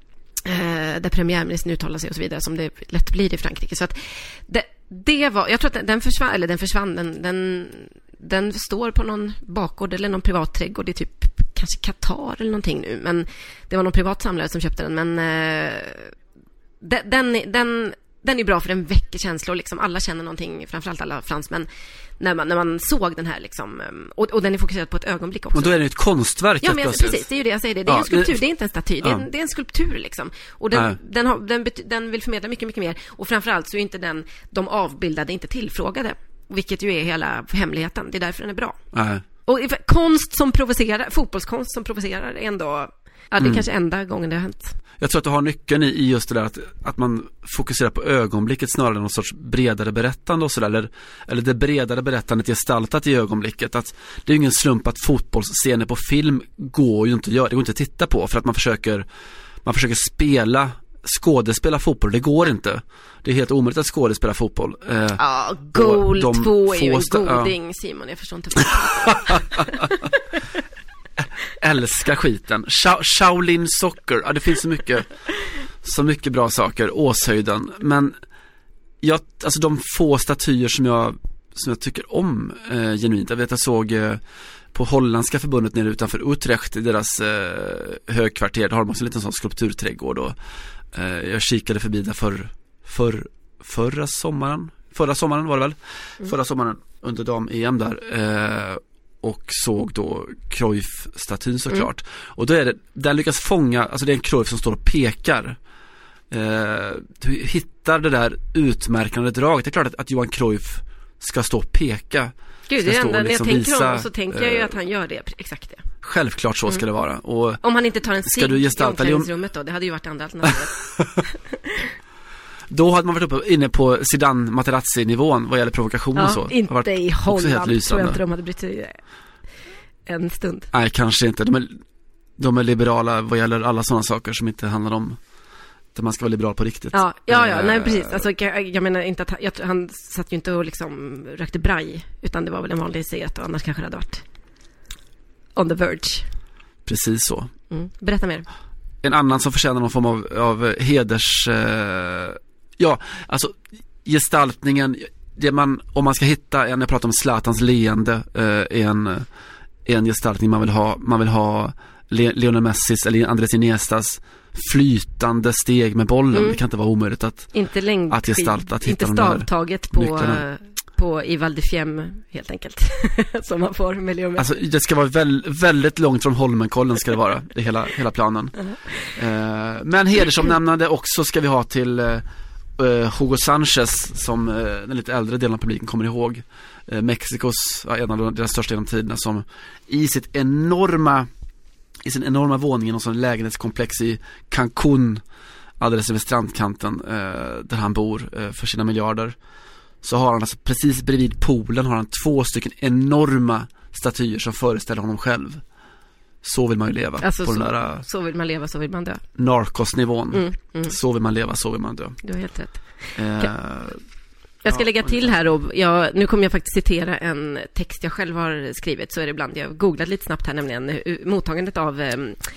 eh, där premiärministern uttalar sig och så vidare, som det lätt blir i Frankrike. Så att det, det var, jag tror att den, den försvann, eller den försvann, den, den, den står på någon bakgård eller någon privat trädgård i typ kanske Qatar eller någonting nu, men det var någon privat samlare som köpte den, men eh, den, den, den Den är bra för den väcker känslor liksom. Alla känner någonting, framförallt alla fransmän, när man, när man såg den här liksom. Och, och den är fokuserad på ett ögonblick också. Och då är det ett konstverk. Ja, men precis, det är ju det jag säger. Det, det är ja, en skulptur, det... det är inte en staty. Det är, ja. en, det är en skulptur liksom. Och den, den, har, den, den vill förmedla mycket, mycket mer. Och framförallt så är inte den, de avbildade inte tillfrågade. Vilket ju är hela hemligheten. Det är därför den är bra. Nej. Och konst som provocerar, fotbollskonst som provocerar är ändå, ja, det är mm. kanske enda gången det har hänt. Jag tror att du har nyckeln i, i just det där att, att man fokuserar på ögonblicket snarare än någon sorts bredare berättande och sådär, eller, eller det bredare berättandet gestaltat i ögonblicket. Att det är ju ingen slump att fotbollsscener på film går ju inte att göra, det går inte att titta på, för att man försöker man försöker spela skådespela fotboll, det går inte. Det är helt omöjligt att skådespela fotboll. Eh, ja, goal två är ju en goding, ja. Simon, jag förstår inte. Älskar skiten. Sha- Shaolin Soccer. Ja, det finns så mycket så mycket bra saker. Åshöjden. Men jag, alltså de få statyer som jag som jag tycker om eh, genuint. Jag vet jag såg eh, på holländska förbundet nere utanför Utrecht i deras eh, högkvarter. Där har de också en liten sån skulpturträdgård och eh, jag kikade förbi där för, för förra sommaren. Förra sommaren var det väl? Mm. Förra sommaren under dam-E M där. Eh, och såg då Cruyff-statyn såklart. Mm. Och då är det, den lyckas fånga, alltså det är en Cruyff som står och pekar. Eh, du hittar det där utmärkande draget. Det är klart att, att Johan Cruyff ska stå och peka. Gud, det är enda liksom när jag tänker om, så tänker jag ju att han gör det, exakt det. Självklart så ska mm. det vara. Och om han inte tar en cigg i omklädningsrummet då, det hade ju varit andra alternativ. Då hade man varit uppe inne på Zidane Materazzi-nivån vad gäller provokation ja, och så. Inte i Holland, tror jag inte de hade brytt en stund. Nej, kanske inte. De är, de är liberala vad gäller alla sådana saker som inte handlar om att man ska vara liberal på riktigt. Ja, ja, ja nej precis. Alltså, jag, jag menar inte att han, jag, han satt ju inte och liksom rökte braj, utan det var väl en vanlig cigarett, och annars kanske det hade varit on the verge. Precis så. Mm. Berätta mer. En annan som förtjänar någon form av, av heders... Eh, ja, alltså gestaltningen... Det man, om man ska hitta en, jag pratar om Zlatans leende, eh, en, en gestaltning man vill ha. Man vill ha Le, Lionel Messis eller Andrés Iniestas flytande steg med bollen. Mm. Det kan inte vara omöjligt att, inte längd, att gestalta, att hitta inte stavtaget på, på i Val di Fiemme helt enkelt. Som man får med Leo Messi. Alltså det ska vara väl, väldigt långt från Holmenkollen ska det vara, det hela, hela planen. Uh-huh. uh, men hedersomnämnande också ska vi ha till uh, uh, Hugo Sanchez, som uh, den lite äldre delen av publiken kommer ihåg. Uh, Mexikos, uh, en av deras största genom tiderna, som i sitt enorma i sin enorma våning i någon sån lägenhetskomplex i Cancún, alldeles över strandkanten uh, där han bor uh, för sina miljarder. Så har han alltså precis bredvid poolen har han två stycken enorma statyer som föreställer honom själv. Så vill man ju leva. Alltså på så, den där så vill man leva, så vill man dö. Narcos-nivån. Mm, mm. Så vill man leva, så vill man dö. Du har helt rätt. Eh, jag ska ja, lägga till här, och jag, nu kommer jag faktiskt citera en text jag själv har skrivit, så är det ibland, jag googlat lite snabbt här, nämligen mottagandet av eh,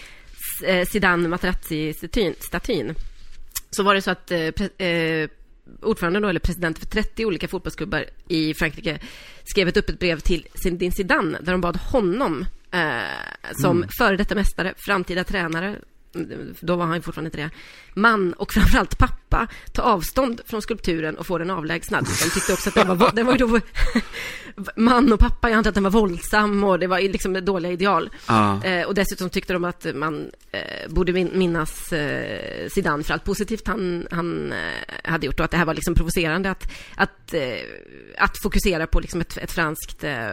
Zidane Materazzi-statyn. Så var det så att eh, pre, eh, ordföranden då, eller president för trettio olika fotbollsklubbar i Frankrike skrev ett öppet brev till Zinedine Zidane där de bad honom eh, som mm. före detta mästare, framtida tränare, då var han fortfarande inte det, man och framförallt pappa, ta avstånd från skulpturen och få den avlägsnad. De tyckte också att den var, den var ju då man och pappa, jag antar att den var våldsam och det var liksom dåliga ideal. Ah. Eh, och dessutom tyckte de att man eh, borde minnas eh, Zidane för allt positivt han, han eh, hade gjort, och att det här var liksom provocerande att, att, eh, att fokusera på liksom ett, ett franskt eh,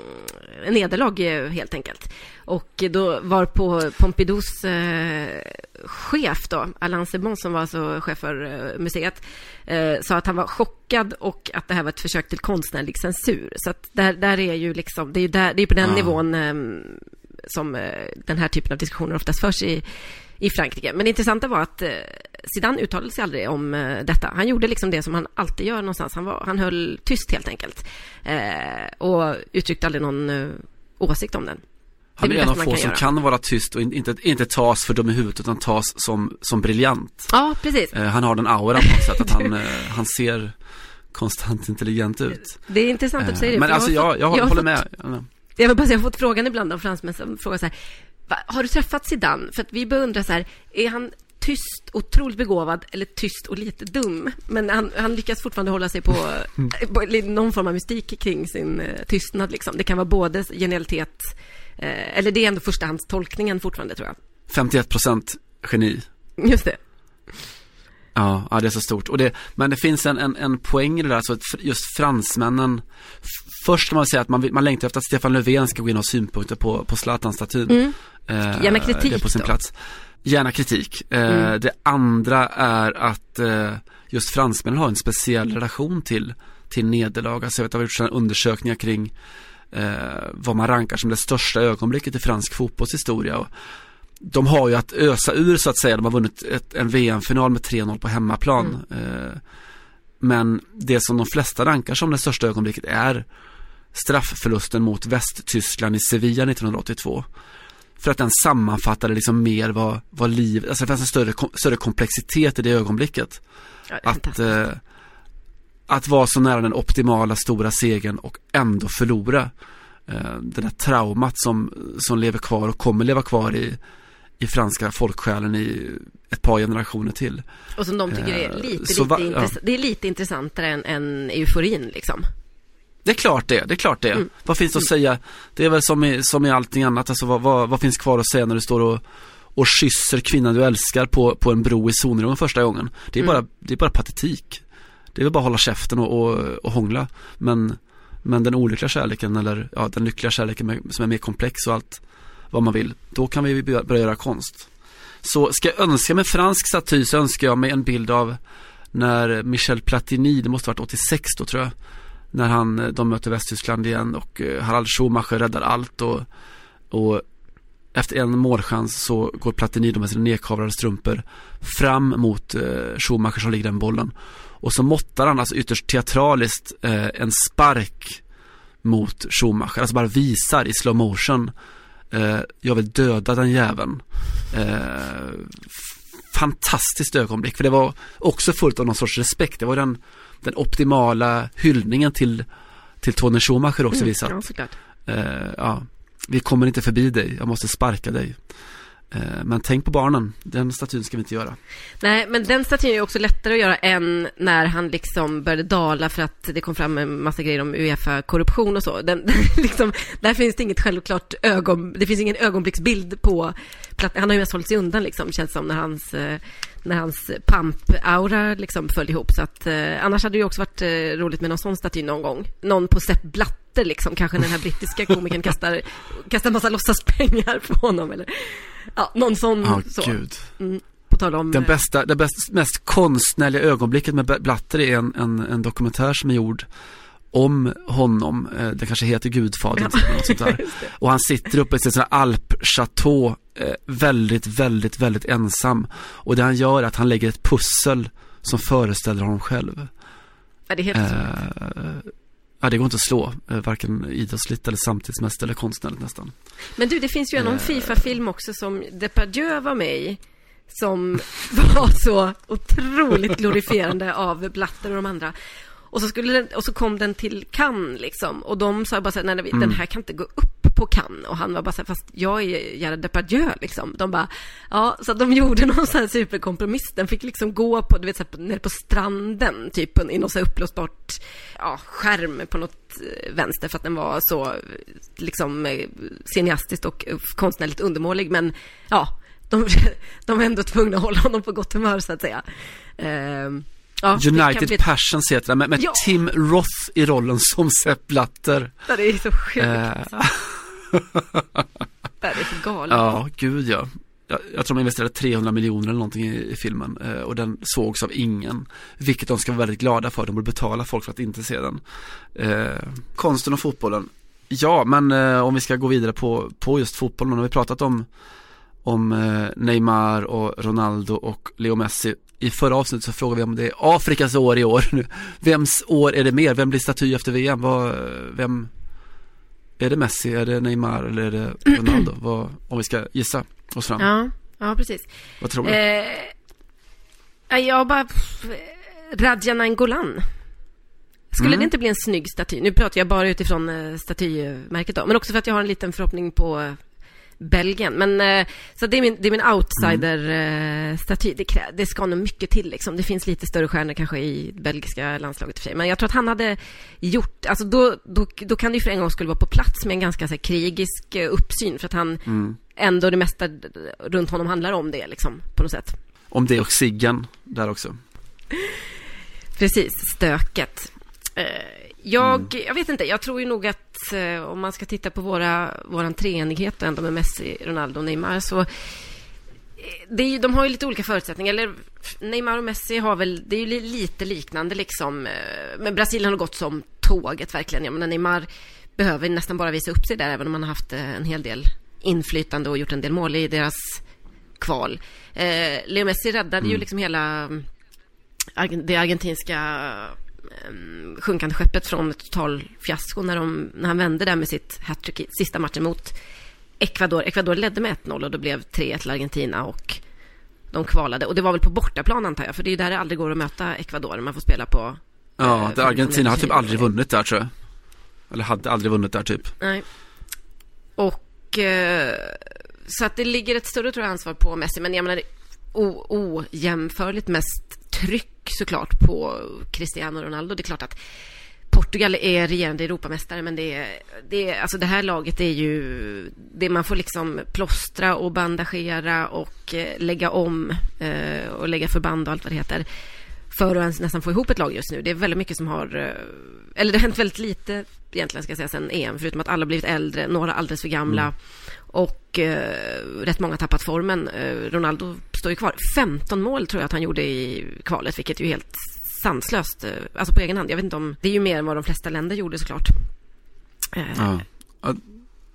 nederlag eh, helt enkelt. Och då var på Pompidous eh, chef då, Alain Sebon, som var alltså chef för eh, museet, eh, sa att han var chockad och att det här var ett försök till konstnärlig censur. Så att där, där är ju liksom, det är ju där, det är på den ah. nivån eh, som eh, den här typen av diskussioner oftast förs i, i Frankrike. Men det intressanta var att eh, Zidane uttalade sig aldrig om eh, detta. Han gjorde liksom det som han alltid gör någonstans. Han, var, han höll tyst helt enkelt. Eh, och uttryckte aldrig någon eh, åsikt om den. Han är en av få som göra. kan vara tyst och inte, inte tas för dum i huvudet, utan tas som, som briljant. Ja, precis. Eh, han har den auran på något sätt, att han, eh, han ser konstant intelligent ut. Det är intressant att du säger det. Men jag alltså jag, jag, jag håller med. Fått, jag vill bara säga, jag har fått frågan ibland av fransmän som frågar så här: Va, har du träffat Zidane? För att vi beundrar så här, är han tyst, otroligt begåvad eller tyst och lite dum? Men han, han lyckas fortfarande hålla sig på, på någon form av mystik kring sin uh, tystnad liksom. Det kan vara både genialitet, uh, eller det är ändå förstahandstolkningen fortfarande, tror jag. femtioett procent geni. Just det. Ja, ja, det är så stort. Och det, men det finns en, en, en poäng i det där, så att just fransmännen, först kan man säga att man, man längtar efter att Stefan Löfven ska gå in och ha synpunkter på, på Zlatan-statyn. Mm. Eh, Gärna kritik det är på sin då. Plats. Gärna kritik. Eh, mm. Det andra är att eh, just fransmännen har en speciell relation till, till nederlag. Alltså jag vet att det har gjorts sådana undersökningar kring eh, vad man rankar som det största ögonblicket i fransk fotbollshistoria. Och de har ju att ösa ur, så att säga. De har vunnit ett, en V M-final med tre noll på hemmaplan. Mm. Eh, men det som de flesta rankar som det största ögonblicket är straffförlusten mot Västtyskland i Sevilla nittonhundraåttiotvå. För att den sammanfattade liksom mer vad, vad liv... Alltså det fanns en större, större komplexitet i det ögonblicket. Ja, att, eh, att vara så nära den optimala stora segern och ändå förlora. Eh, det där traumat som, som lever kvar och kommer leva kvar i, i franska folksjälen i ett par generationer till. Och som de tycker är lite, så lite, va, intress- ja. det är lite intressantare än, än euforin liksom. Det är klart det, det är klart det. Mm. Vad finns det att säga? Det är väl som i, som i allting annat. Alltså, vad, vad, vad finns kvar att säga när du står och, och kysser kvinnan du älskar på, på en bro i Sonrungen första gången? Det är, mm. bara, det är bara patetik. Det är väl bara att hålla käften och, och, och hångla. Men, men den olyckliga kärleken, eller ja, den lyckliga kärleken med, som är mer komplex och allt vad man vill, då kan vi börja göra konst. Så ska jag önska mig fransk staty, så önskar jag mig en bild av när Michel Platini, det måste ha varit åttiosex då tror jag, när han, de möter Västtyskland igen och uh, Harald Schumacher räddar allt och, och efter en målchans så går Platini med sina nedkavrade strumpor fram mot eh, Schumacher som ligger den bollen. Och så måttar han alltså ytterst teatraliskt eh, en spark mot Schumacher. Alltså bara visar i slow motion. Eh, jag vill döda den jäveln. Eh, fantastiskt ögonblick. För det var också fullt av någon sorts respekt. Det var den, den optimala hyllningen till, till Tony Schumacher också visat. Mm, ja, såklart. Eh, ja. Vi kommer inte förbi dig, jag måste sparka dig. eh, Men tänk på barnen. Den statyn ska vi inte göra. Nej, men den statyn är också lättare att göra än när han liksom började dala för att det kom fram en massa grejer om UEFA-korruption och så. Den, liksom, där finns det inget självklart ögon, det finns ingen ögonblicksbild på platt. Han har ju mest hållit sig undan liksom, känns som när hans eh, när hans pump-aura liksom föll ihop. Så att, eh, annars hade det ju också varit eh, roligt med någon sån staty någon gång. Någon på Sepp Blatter liksom, kanske den här brittiska komikern kastar, kastar en massa låtsaspengar på honom. Eller, ja, någon sån. Ja, så. gud. Mm, på tal om, Den bästa, det bästa, mest konstnärliga ögonblicket med Blatter är en, en, en dokumentär som är gjord om honom. Eh, det kanske heter Gudfadern. Ja. Något sånt där. Och han sitter uppe i sitt alpchateau eh, väldigt, väldigt, väldigt ensam. Och det han gör är att han lägger ett pussel som föreställer honom själv. Ja, det är helt eh, ja, det går inte att slå. Eh, varken idrottsligt eller samtidsmässigt eller konstnärligt nästan. Men du, det finns ju en eh. FIFA-film också som Depardieu var med i. Som var så otroligt glorifierande av Blatter och de andra. Och så, skulle den, och så kom den till Cannes liksom. Och de sa bara så här, nej, nej, mm. den här kan inte gå upp på Cannes. Och han var bara så här, fast jag är Gerard Depardieu liksom. De bara, ja, så de gjorde någon sån här superkompromiss. Den fick liksom gå på, du vet, så här, nere på stranden typ i någon så här upplösbart ja, skärm på något vänster. För att den var så liksom cineastiskt och konstnärligt undermålig. Men ja, de, de var ändå tvungna att hålla honom på gott humör så att säga. Ehm Ja, United bli... Passions heter det, med, med ja. Tim Roth i rollen som Sepp Blatter. Ja, det är så sjukt. Uh... det är så galet. Ja, gud ja. Jag, jag tror de investerade trehundra miljoner eller någonting i, i filmen. Uh, och den sågs av ingen. Vilket de ska vara väldigt glada för. De borde betala folk för att inte se den. Uh, konsten och fotbollen. Ja, men uh, om vi ska gå vidare på, på just fotbollen. Har vi pratat om, om uh, Neymar och Ronaldo och Leo Messi. I förra avsnittet så frågade vi om det är Afrikas år i år nu. Vems år är det mer? Vem blir staty efter V M? Vad, vem är det? Messi? Är det Neymar? Eller är det Ronaldo? Vad, om vi ska gissa oss fram. Ja, ja precis. Vad tror du? Eh, jag bara... Radja Nainggolan. Skulle mm. det inte bli en snygg staty? Nu pratar jag bara utifrån eh, statymärket då. Men också för att jag har en liten förhoppning på... Eh, Belgien, men eh, så det är min, det är min outsider-staty. Mm. Eh, det, det ska nog mycket till liksom. Det finns lite större stjärnor kanske i belgiska landslaget för sig. Men jag tror att han hade gjort, alltså då, då, då kan det ju för en gång skulle vara på plats med en ganska så här, krigisk eh, uppsyn. För att han mm. ändå det mesta runt honom handlar om det liksom, på något sätt. Om det och Siggen där också. Precis, stöket. Eh, Jag, mm. jag vet inte, jag tror ju nog att eh, om man ska titta på våra, våran treenighet ändå med Messi, Ronaldo och Neymar så eh, det är ju, de har ju lite olika förutsättningar. Eller Neymar och Messi har väl, det är ju lite liknande liksom, eh, men Brasilien har gått som tåget verkligen. Jag menar, Neymar behöver nästan bara visa upp sig där även om man har haft eh, en hel del inflytande och gjort en del mål i deras kval. Eh, Leo Messi räddade mm. ju liksom hela det argentinska sjunkande skeppet från ett total fiasko när, de, när han vände där med sitt hattrick i sista matchen mot Ecuador. Ecuador ledde med ett noll och då blev tre ett till Argentina och de kvalade. Och det var väl på bortaplan antar jag, för det är ju där det aldrig går att möta Ecuador. Man får spela på... Ja, äh, Argentina har typ aldrig vunnit där tror jag. Eller hade aldrig vunnit där typ. Nej. Och eh, så att det ligger ett större tror jag ansvar på Messi, men jag menar ojämförligt mest tryck såklart på Cristiano Ronaldo. Det är klart att Portugal är regerande Europamästare, men det är, det är, alltså det här laget är ju det man får liksom plåstra och bandagera och eh, lägga om eh, och lägga förband och allt vad det heter för att ens nästan få ihop ett lag just nu. Det är väldigt mycket som har eh, eller det har hänt väldigt lite egentligen ska jag säga sen E M, förutom att alla blivit äldre, några alldeles för gamla mm. och eh, rätt många tappat formen. Eh, Ronaldo står ju kvar. femton mål tror jag att han gjorde i kvalet, vilket är ju helt sanslöst. Eh, alltså på egen hand. Jag vet inte om... Det är ju mer än vad de flesta länder gjorde såklart. Eh. Ja.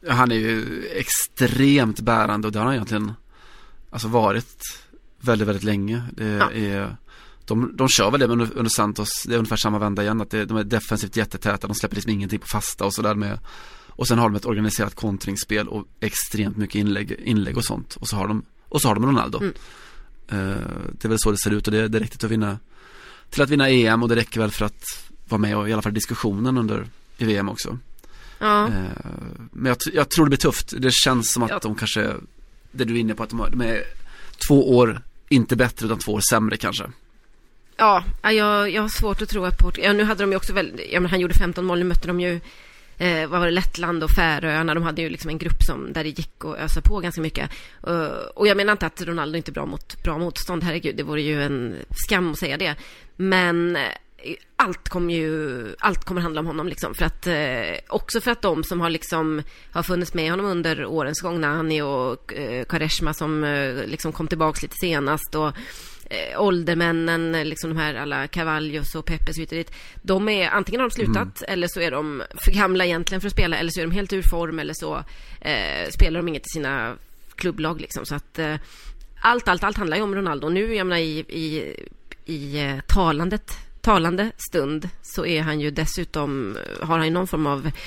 Han är ju extremt bärande och det har han egentligen alltså varit väldigt, väldigt länge. Det ja. är, de, de kör väl det under, under Santos. Det är ungefär samma vända igen. Att det, de är defensivt jättetäta. De släpper liksom ingenting på fasta och sådär med. Och sen har de ett organiserat kontringsspel och extremt mycket inlägg, inlägg och sånt. Och så har de, och så har de Ronaldo. Mm. Uh, det är väl så det ser ut och det, det är riktigt att vinna till att vinna E M och det räcker väl för att vara med och i alla fall diskussionen under i V M också. Ja. Uh, men jag, jag tror det blir tufft. Det känns som att ja. de kanske, det du är inne på, att de, har, de är två år inte bättre utan två år sämre kanske. Ja, jag, jag har svårt att tro att Port- ja, nu hade de ju också väl, ja, men han gjorde femton mål, nu mötte de ju eh, vad var det, Lettland och Färöarna. De hade ju liksom en grupp som, där det gick att ösa på ganska mycket. Uh, och jag menar inte att Ronaldo inte är bra mot bra motstånd, herregud, det vore ju en skam att säga det. Men allt kommer ju allt kommer handla om honom liksom, för att eh, också för att de som har liksom har funnits med honom under årens gång, Nani och eh, Quaresma som eh, liksom kom tillbaks lite senast och eh, åldermännen liksom de här alla Carvalhos och Peppes och dit, de är antingen har de slutat mm. eller så är de för gamla egentligen för att spela, eller så är de helt ur form, eller så eh, spelar de inget i sina klubblag liksom, så att eh, allt allt allt handlar ju om Ronaldo nu. Jag menar i i i eh, talandet talande stund så är han ju dessutom, har han ju någon form av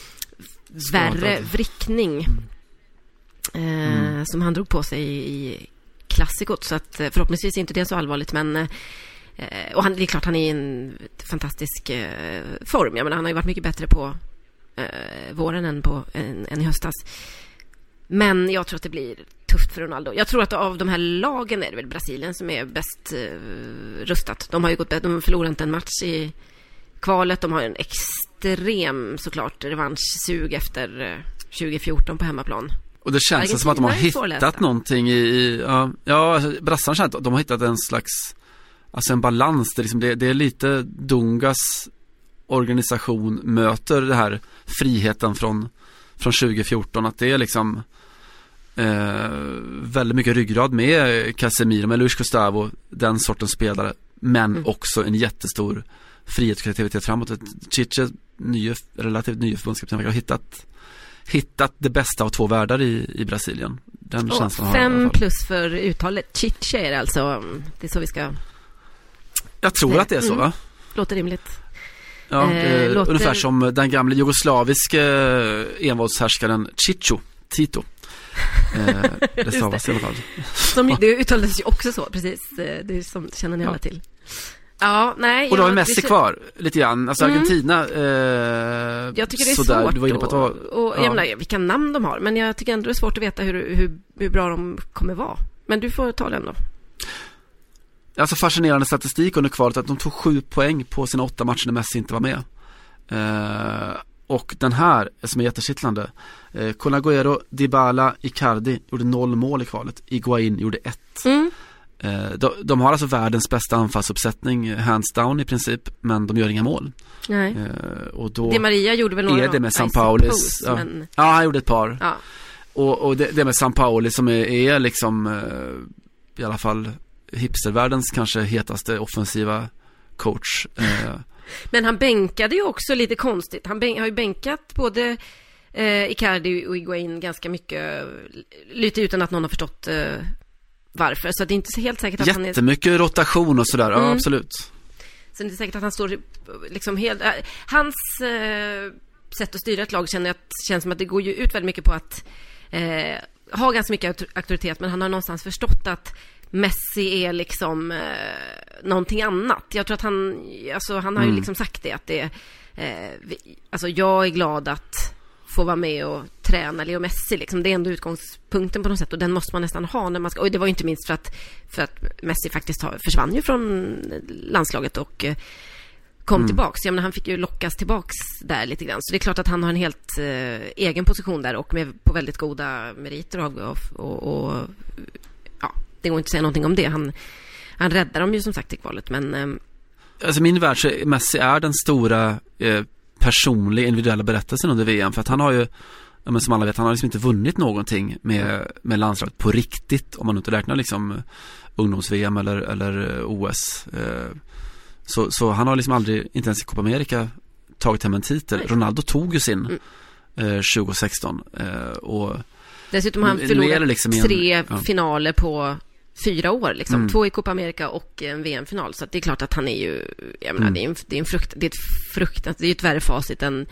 värre vrickning eh, mm. som han drog på sig i, i klassikot, så att förhoppningsvis är inte det så allvarligt, men eh, och han, det är klart han är i en fantastisk eh, form. Jag menar, han har ju varit mycket bättre på eh, våren än, på, än, än i höstas, men jag tror att det blir tufft för Ronaldo. Jag tror att av de här lagen är det väl Brasilien som är bäst eh, rustat. De har ju gått bättre, de har förlorat inte en match i kvalet. De har en extrem såklart revanschsug efter eh, tjugo fjorton på hemmaplan. Och det känns Argentina som att de har hittat någonting i, i ja, ja alltså, brassarna känns att de har hittat en slags, alltså en balans. Det är, liksom, det, det är lite Dungas organisation möter det här friheten från, från tjugo fjorton, att det är liksom Eh, väldigt mycket ryggrad med Casemiro, med Luis Gustavo, den sortens spelare, men mm. också en jättestor frihet och kreativitet framåt. Chiche, nye, relativt nya förbundskapten, har hittat hittat det bästa av två världar i, i Brasilien. Den oh, känslan har fem plus för uttalet. Chiche är alltså, det är så vi ska. Jag tror att det är så, mm. va? Låter rimligt. Ja, eh, låter... ungefär som den gamla jugoslaviska envåldshärskaren Chicho Tito. eh, det stavas i alla fall. Som, det uttalades ju också så, precis. Det är som känner ni alla till. Ja, nej. Och då har vi Messi kvar lite grann. Alltså mm. Argentina eh, jag tycker det är sådär. svårt Du var inne på att vara, och, och, jag menar, vilka namn de har, men jag tycker ändå det är svårt att veta hur, hur, hur bra de kommer vara. Men du får ta den då. Alltså fascinerande statistik under kvalet, att de tog sju poäng på sina åtta matcher när Messi inte var med. Eh, och den här som är jättekittlande, eh, Kun Agüero, Dybala, Icardi gjorde noll mål i kvalet. Higuaín gjorde ett. Mm. Eh, de, de har alltså världens bästa anfallsuppsättning, hands down i princip, men de gör inga mål. Nej. Eh, och då det Maria gjorde väl några är det med San Paulis. Ja. Men... ja, han gjorde ett par. Ja. Och, och det, det med San Pauli som är, är liksom eh, i alla fall hipstervärldens kanske hetaste offensiva coach. Eh, Men han bänkade ju också lite konstigt. Han bänk, har ju bänkat både eh, Icardi och Higuaín ganska mycket, lite utan att någon har förstått eh, varför. Så det är inte så helt säkert att han är... Jättemycket rotation och sådär, mm. ja absolut. Så det är inte säkert att han står liksom helt... Äh, hans eh, sätt att styra ett lag känner jag att, känns som att det går ju ut väldigt mycket på att eh, ha ganska mycket auktoritet, men han har någonstans förstått att Messi är liksom eh, någonting annat. Jag tror att han, alltså han har mm. ju liksom sagt det, att det eh, vi, alltså jag är glad att få vara med och träna Leo Messi liksom. Det är ändå utgångspunkten på något sätt, och den måste man nästan ha när man ska, och det var ju inte minst för att för att Messi faktiskt har, försvann ju från landslaget och eh, kom mm. tillbaks. Jag menar, han fick ju lockas tillbaks där lite grann. Så det är klart att han har en helt eh, egen position där, och med på väldigt goda meriter och, och, och, och ja, det går inte att säga någonting om det. Han, han räddar dem ju som sagt i kvalet, men... Eh... Alltså min värld så Messi är den stora eh, personliga individuella berättelsen under V M, för att han har ju, ja, men som alla vet, han har liksom inte vunnit någonting med, med landslaget på riktigt, om man inte räknar liksom ungdoms-V M eller, eller O S. Eh, så, så han har liksom aldrig, inte ens i Copa America, tagit hem en titel. Nej. Ronaldo tog ju sin mm. eh, tjugo sexton. Eh, och dessutom har han förlorat liksom en, tre ja. finaler på fyra år liksom. Mm. Två i Copa America och en V M-final. Så att det är klart att han är ju, jag menar, mm. det är en, det är en frukt, det är ett frukt, det är ett värre facit än,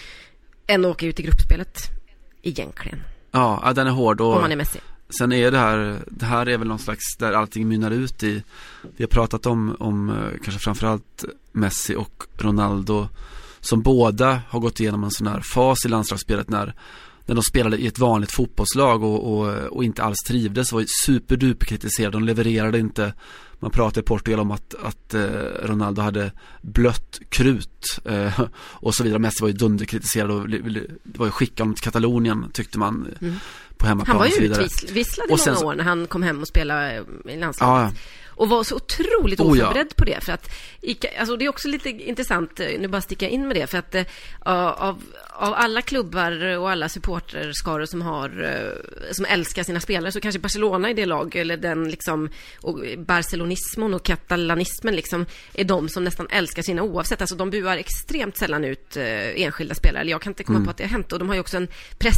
än att åka ut i gruppspelet egentligen. Ja, ja den är hård. Och om man är Messi. Sen är det här, det här är väl någon slags där allting mynnar ut i, vi har pratat om, om kanske framförallt Messi och Ronaldo som båda har gått igenom en sån här fas i landslagsspelet när när de spelade i ett vanligt fotbollslag och, och, och inte alls trivdes, var superduper kritiserade, de levererade inte. Man pratade i Portugal om att, att eh, Ronaldo hade blött krut eh, och så vidare. Messi var ju dunderkritiserad och det var ju skickad om till Katalonien tyckte man mm. på hemmaplan. Han var ju och utvisslad i sen, många år när han kom hem och spelade i landslaget. Ja. Och var så otroligt oh, oförberedd ja. på det. För att, alltså det är också lite intressant, nu bara sticka in med det. För att uh, av, av alla klubbar och alla supporterskaror som har uh, som älskar sina spelare, så kanske Barcelona i det lag, eller den liksom, och barcelonismen och katalanismen liksom, är de som nästan älskar sina oavsett. Alltså de buar extremt sällan ut uh, enskilda spelare. Eller jag kan inte komma mm. på att det har hänt. Och de har ju också en press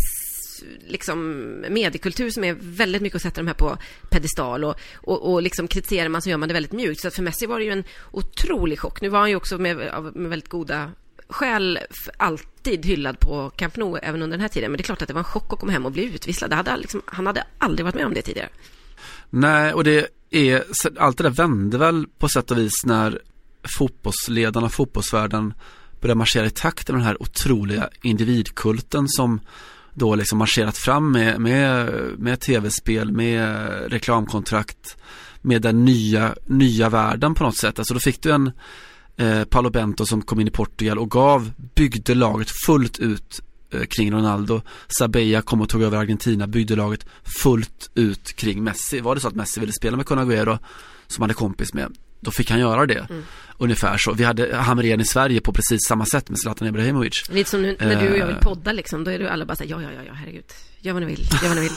liksom mediekultur som är väldigt mycket att sätta de här på pedestal och, och, och liksom kritiserar man så gör man det väldigt mjukt. Så att för Messi var det ju en otrolig chock. Nu var han ju också med, med väldigt goda skäl alltid hyllad på Camp Nou även under den här tiden. Men det är klart att det var en chock att komma hem och bli utvisslad. Det hade liksom, han hade aldrig varit med om det tidigare. Nej, och det är allt det där vände väl på sätt och vis när fotbollsledarna, fotbollsvärlden började marschera i takt med den här otroliga individkulten som då liksom marscherat fram med, med, med tv-spel, med reklamkontrakt, med den nya, nya världen på något sätt. Alltså då fick du en eh, Paulo Bento som kom in i Portugal och gav, byggde laget fullt ut eh, kring Ronaldo. Sabella kom och tog över Argentina, byggde laget fullt ut kring Messi. Var det så att Messi ville spela med Kun Agüero som hade kompis med, då fick han göra det. Mm. Ungefär så. Vi hade Hamrén i Sverige på precis samma sätt med Zlatan Ibrahimovic. Lite som nu, när du och jag vill podda liksom, då är du alla bara så här, ja, ja, ja, ja, herregud. Gör vad ni vill, gör vad ni vill.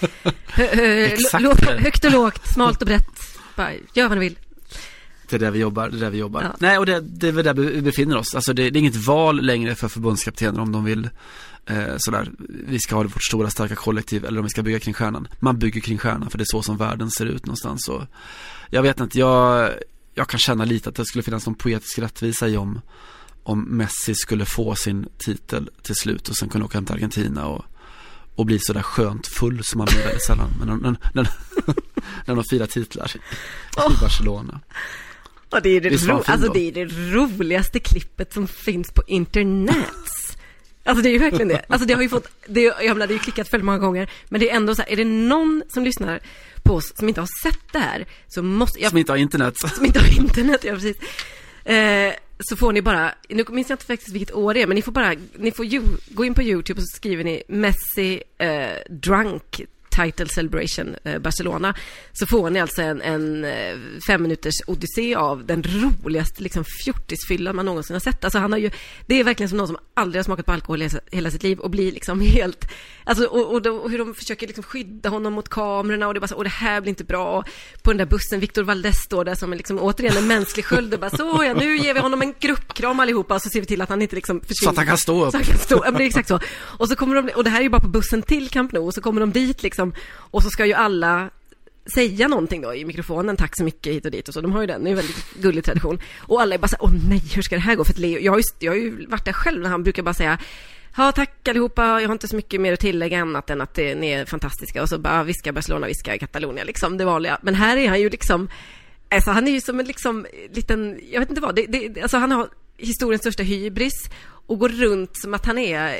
Exakt. Lå- högt och lågt, smalt och brett. Bara, gör vad ni vill. Det är där vi jobbar, det är där vi jobbar. Ja. Nej, och det, det är där vi befinner oss. Alltså det, det är inget val längre för förbundskaptener om de vill eh, sådär, vi ska ha vårt stora starka kollektiv eller om vi ska bygga kring stjärnan. Man bygger kring stjärnan för det är så som världen ser ut någonstans. Så jag vet inte, jag jag kan känna lite att det skulle finnas någon poetisk rättvisa i om, om Messi skulle få sin titel till slut och sen kunna åka hem till Argentina och, och bli så där skönt full som man blir väldigt sällan. Men när, när, när de firar titlar oh. i Barcelona. Och det är det, ro- alltså det är det roligaste klippet som finns på internet. Alltså det är ju verkligen det. Alltså det har ju fått, det, jag menar, det är ju klickat för många gånger. Men det är ändå så här, är det någon som lyssnar på oss som inte har sett det här, så måste jag, som inte har internet. Som inte har internet, ja precis. Eh, så får ni bara, nu minns jag inte faktiskt vilket år det är, men ni får bara, ni får ju, gå in på YouTube och så skriver ni Messi eh, drunk title celebration eh, Barcelona, så får ni alltså en, en fem minuters odyssé av den roligaste liksom fjortisfyllan man någonsin har sett. Alltså han har ju, det är verkligen som någon som aldrig har smakat på alkohol hela, hela sitt liv och blir liksom helt, alltså och, och, då, och hur de försöker liksom skydda honom mot kamerorna och det är bara så, och det här blir inte bra. På den där bussen, Victor Valdés står där som är liksom återigen en mänsklig sköld och bara så, ja, nu ger vi honom en gruppkram allihopa och så ser vi till att han inte liksom försvinner. Så att han kan stå upp. Så han kan stå, ja, men det är exakt så. Och så kommer de, och det här är ju bara på bussen till Camp Nou, och så kommer de dit liksom. Och så ska ju alla säga någonting då i mikrofonen, tack så mycket hit och dit och så. De har ju den, det är en väldigt gullig tradition. Och alla är bara så här, åh nej, hur ska det här gå? För att Leo, jag har ju, jag har ju varit där själv när han brukar bara säga, ja tack allihopa, jag har inte så mycket mer att tillägga annat än att det, ni är fantastiska. Och så bara viska Barcelona, viska Katalonia, liksom det vanliga. Men här är han ju liksom, alltså han är ju som en liksom liten, jag vet inte vad, det, det, alltså han har historiens största hybris och går runt som att han är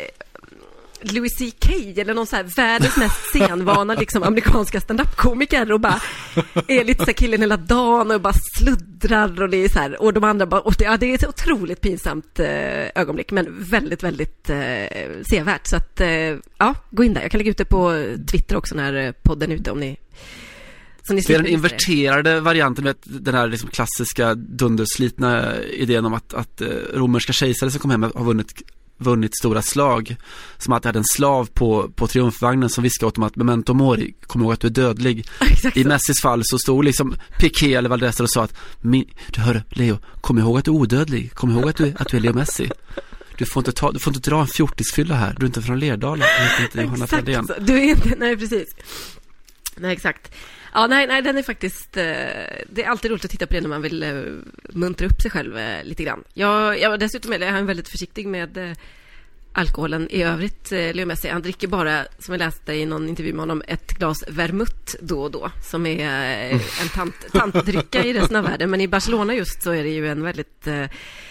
Louis C K eller någon så här världens mest scenvana liksom amerikanska stand-up-komiker och bara är lite så här killen hela dagen och bara sluddrar och det är så här, och de andra bara, och det, ja, det är ett otroligt pinsamt eh, ögonblick, men väldigt, väldigt eh, sevärt. Så att, eh, ja, gå in där. Jag kan lägga ut det på Twitter också när podden är ute om ni. Det är den inverterade varianten, vet, den här liksom klassiska dunderslitna idén om att, att romerska kejsare som kom hem har vunnit vunnit stora slag, som att det hade en slav på, på triumfvagnen som viskade åt dem att memento mori, kom ihåg att du är dödlig. I Messis fall så stod liksom Piqué eller Valdés och sa att min, du hör Leo, kom ihåg att du är odödlig, kom ihåg att du, att du är Leo Messi. Du får inte, ta, du får inte dra en fjortisfylla här. Du är inte från Lerdala. Inte exakt, du är inte, nej precis. Nej, exakt. Ja, nej, nej, den är faktiskt... Eh, det är alltid roligt att titta på det när man vill eh, muntra upp sig själv eh, lite grann. Jag, jag dessutom är jag väldigt försiktig med eh, alkoholen i övrigt. Eh, Leo Messi, han dricker bara, som jag läste i någon intervju med honom, ett glas vermouth då och då, som är eh, en tant, tantdrycka i resten av världen. Men i Barcelona just så är det ju en väldigt... Eh,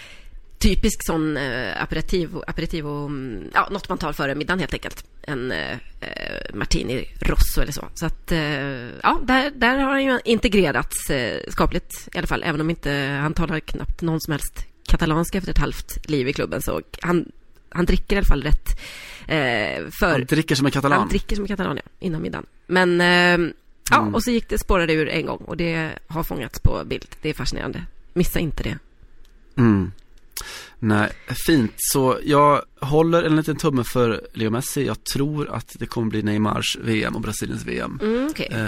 typisk sån eh, aperitiv, aperitiv och, ja, något man tar före middagen helt enkelt. En eh, martini rosso eller så. Så att, eh, ja, där, där har han ju integrerats eh, skapligt i alla fall. Även om inte han talar knappt någon som helst katalanska efter ett halvt liv i klubben. Så han, han dricker i alla fall rätt. Eh, för, han dricker som en katalan. Han dricker som en katalan, ja, innan middagen. Men, eh, ja, mm. och så gick det, spårade ur en gång. Och det har fångats på bild. Det är fascinerande. Missa inte det. Mm. Nej, fint. Så jag håller en liten tumme för Leo Messi. Jag tror att det kommer bli Neymars V M och Brasiliens V M. Mm, okay. eh,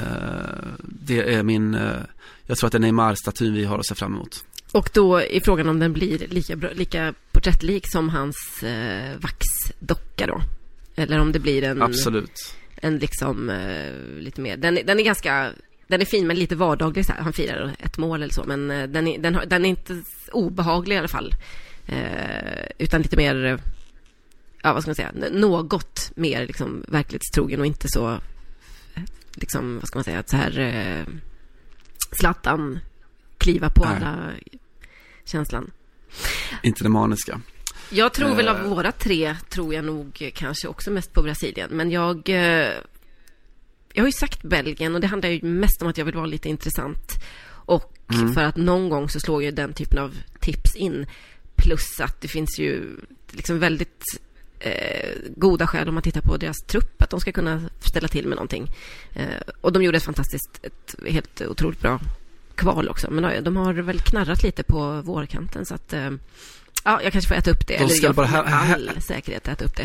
Det är min eh, jag tror att det är Neymar-statyn vi har att se fram emot. Och då i frågan om den blir lika, lika porträttlik som hans eh, vaxdocka då. Eller om det blir en... Absolut. En liksom eh, lite mer... Den, den är ganska... Den är fin men lite vardaglig så här. Han firar ett mål eller så. Men eh, den, är, den, har, den är inte obehaglig i alla fall. Eh, utan lite mer... Ja, vad ska man säga? Något mer liksom verklighetstrogen och inte så... Liksom, vad ska man säga? Så här... Eh, Zlatan kliva på Nej. alla känslan. Inte det maniska. Jag tror väl av våra tre tror jag nog kanske också mest på Brasilien. Men jag jag har ju sagt Belgien och det handlar ju mest om att jag vill vara lite intressant. Och mm. för att någon gång så slår ju den typen av tips in. Plus att det finns ju liksom väldigt eh, goda skäl om man tittar på deras trupp att de ska kunna ställa till med någonting. Eh, och de gjorde ett fantastiskt, ett helt otroligt bra kval också. Men de har väl knarrat lite på vårkanten så att eh, ja, jag kanske får äta upp det. De eller jag bara får med all här, säkerhet äta upp det.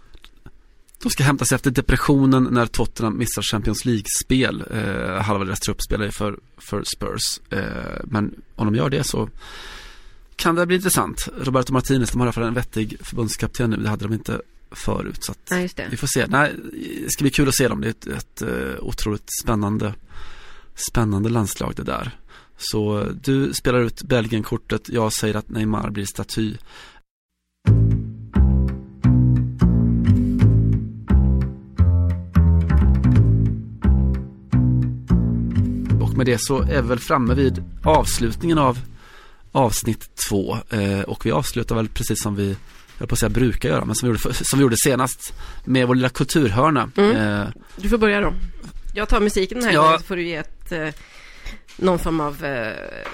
De ska hämta sig efter depressionen när Tottenham missar Champions League-spel. Eh, halva deras trupp spelar för, för Spurs. Eh, men om de gör det så kan det bli intressant. Roberto Martinez, de har i alla fall en vettig förbundskapten nu. Det hade de inte förut. Så att ja, just det. Vi får se. Nej, det ska bli kul att se dem. Det är ett, ett, ett otroligt spännande spännande landslag det där. Så du spelar ut Belgien-kortet. Jag säger att Neymar blir staty. Och med det så är vi väl framme vid avslutningen av avsnitt två. Eh, och vi avslutar väl precis som vi jag på att säga brukar göra, men som vi gjorde, för, som vi gjorde senast med vår lilla kulturhörna. Mm. Eh, du får börja då. Jag tar musiken här ja. så får du ge ett eh, någon form av eh,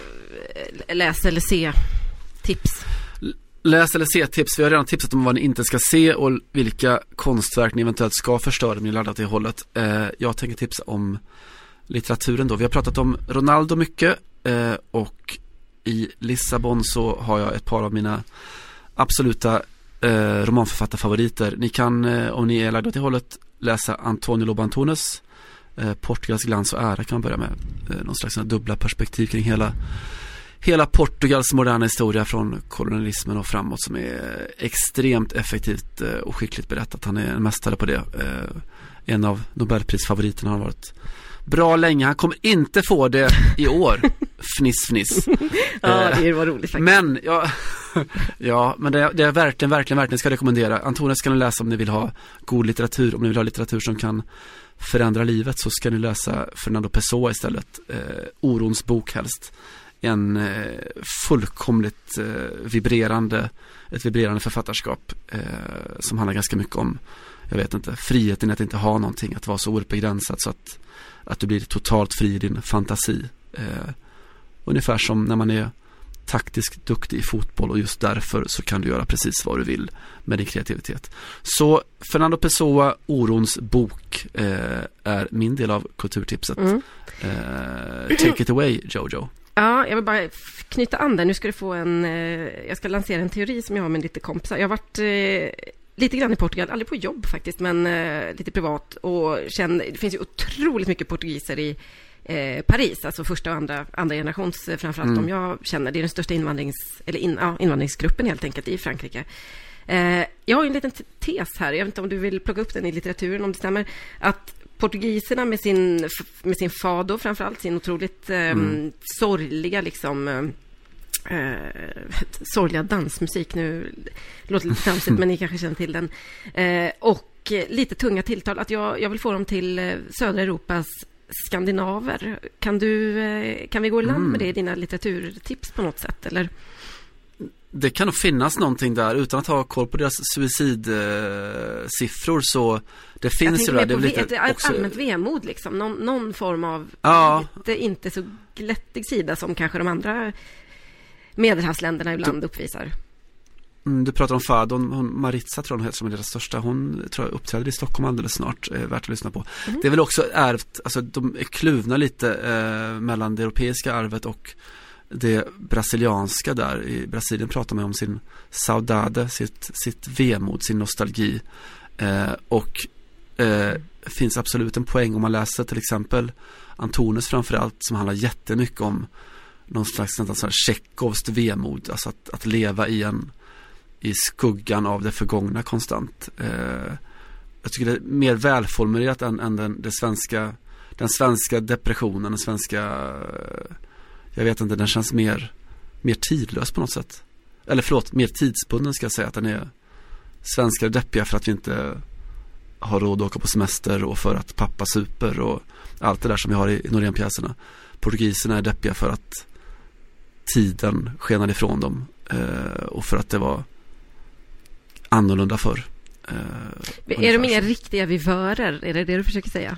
läs eller se tips. Läs eller se tips. Vi har redan tipsat om vad ni inte ska se och vilka konstverk ni eventuellt ska förstöra om ni laddat i hållet. Eh, jag tänker tipsa om litteraturen då. Vi har pratat om Ronaldo mycket eh, och i Lissabon så har jag ett par av mina absoluta eh, romanförfattarfavoriter. Ni kan, eh, om ni är lagda till hållet, läsa Antonio Lobantunes eh, Portugals glans och ära kan man börja med. Eh, någon slags dubbla perspektiv kring hela hela Portugals moderna historia från kolonialismen och framåt som är extremt effektivt eh, och skickligt berättat. Han är en mästare på det. Eh, en av Nobelprisfavoriterna har varit bra länge. Han kommer inte få det i år. Fniss, fniss. Ja, det var roligt faktiskt. Men, ja, ja, men det, det är verkligen, verkligen, verkligen ska jag rekommendera. Antonio ska ni läsa om ni vill ha god litteratur. Om ni vill ha litteratur som kan förändra livet så ska ni läsa Fernando Pessoa istället. Eh, Orons bok helst. En eh, fullkomligt eh, vibrerande, ett vibrerande författarskap eh, som handlar ganska mycket om, jag vet inte, friheten att inte ha någonting, att vara så oerhört begränsad så att, att du blir totalt fri i din fantasi. Eh, ungefär som när man är taktiskt duktig i fotboll och just därför så kan du göra precis vad du vill med din kreativitet. Så Fernando Pessoa, Orons bok eh, är min del av kulturtipset. Mm. Eh, take it away, Jojo. Ja, jag vill bara knyta an där. Nu ska du få en... Eh, jag ska lansera en teori som jag har med lite kompisar. Jag har varit eh, lite grann i Portugal, aldrig på jobb faktiskt, men eh, lite privat och känner, det finns ju otroligt mycket portugiser i eh, Paris, alltså första och andra, andra generations, framförallt mm. de jag känner. Det är den största invandrings, eller in, ja, invandringsgruppen helt enkelt i Frankrike. Eh, jag har ju en liten tes här, jag vet inte om du vill plocka upp den i litteraturen om det stämmer, att portugiserna med sin, med sin fado framförallt, sin otroligt eh, mm. sorgliga liksom eh, sorgliga dansmusik, nu låter lite dansigt men ni kanske känner till den, eh, och lite tunga tilltal, att jag, jag vill få dem till södra Europas skandinaver. Kan du, kan vi gå i land med det i dina litteraturtips på något sätt, eller? Det kan nog finnas någonting där utan att ha koll på deras suicidsiffror, så det finns ju där. Det är lite ett, ett också allmänt vemod liksom, någon, någon form av ja. lite, inte så glättig sida som kanske de andra medelhavsländerna ibland du, uppvisar. Mm, du pratar om Fado, hon, Maritza tror jag hon heter, som är deras största. Hon tror jag uppträder i Stockholm alldeles snart, är värt att lyssna på. Mm. Det är väl också ärvt, alltså de är kluvna lite eh, mellan det europeiska arvet och det brasilianska där. I Brasilien pratar man om sin saudade, sitt, sitt vemod, sin nostalgi. Eh, och eh, finns absolut en poäng om man läser till exempel Antones framförallt, som handlar jättemycket om någon slags sån här Tjechovs vemod, alltså att, att leva i en i skuggan av det förgångna konstant. Eh, jag tycker det är mer välformulerat än, än den, det svenska, den svenska depressionen, den svenska, jag vet inte, den känns mer, mer tidlös på något sätt. Eller förlåt, mer tidsbunden ska jag säga, att den är svenskar deppiga för att vi inte har råd att åka på semester och för att pappa super och allt det där som vi har i, i Norén-pjäserna. Portugiserna är deppiga för att tiden skenade ifrån dem eh, och för att det var annorlunda förr. Eh, är de inga riktiga vivörer? Är det det du försöker säga?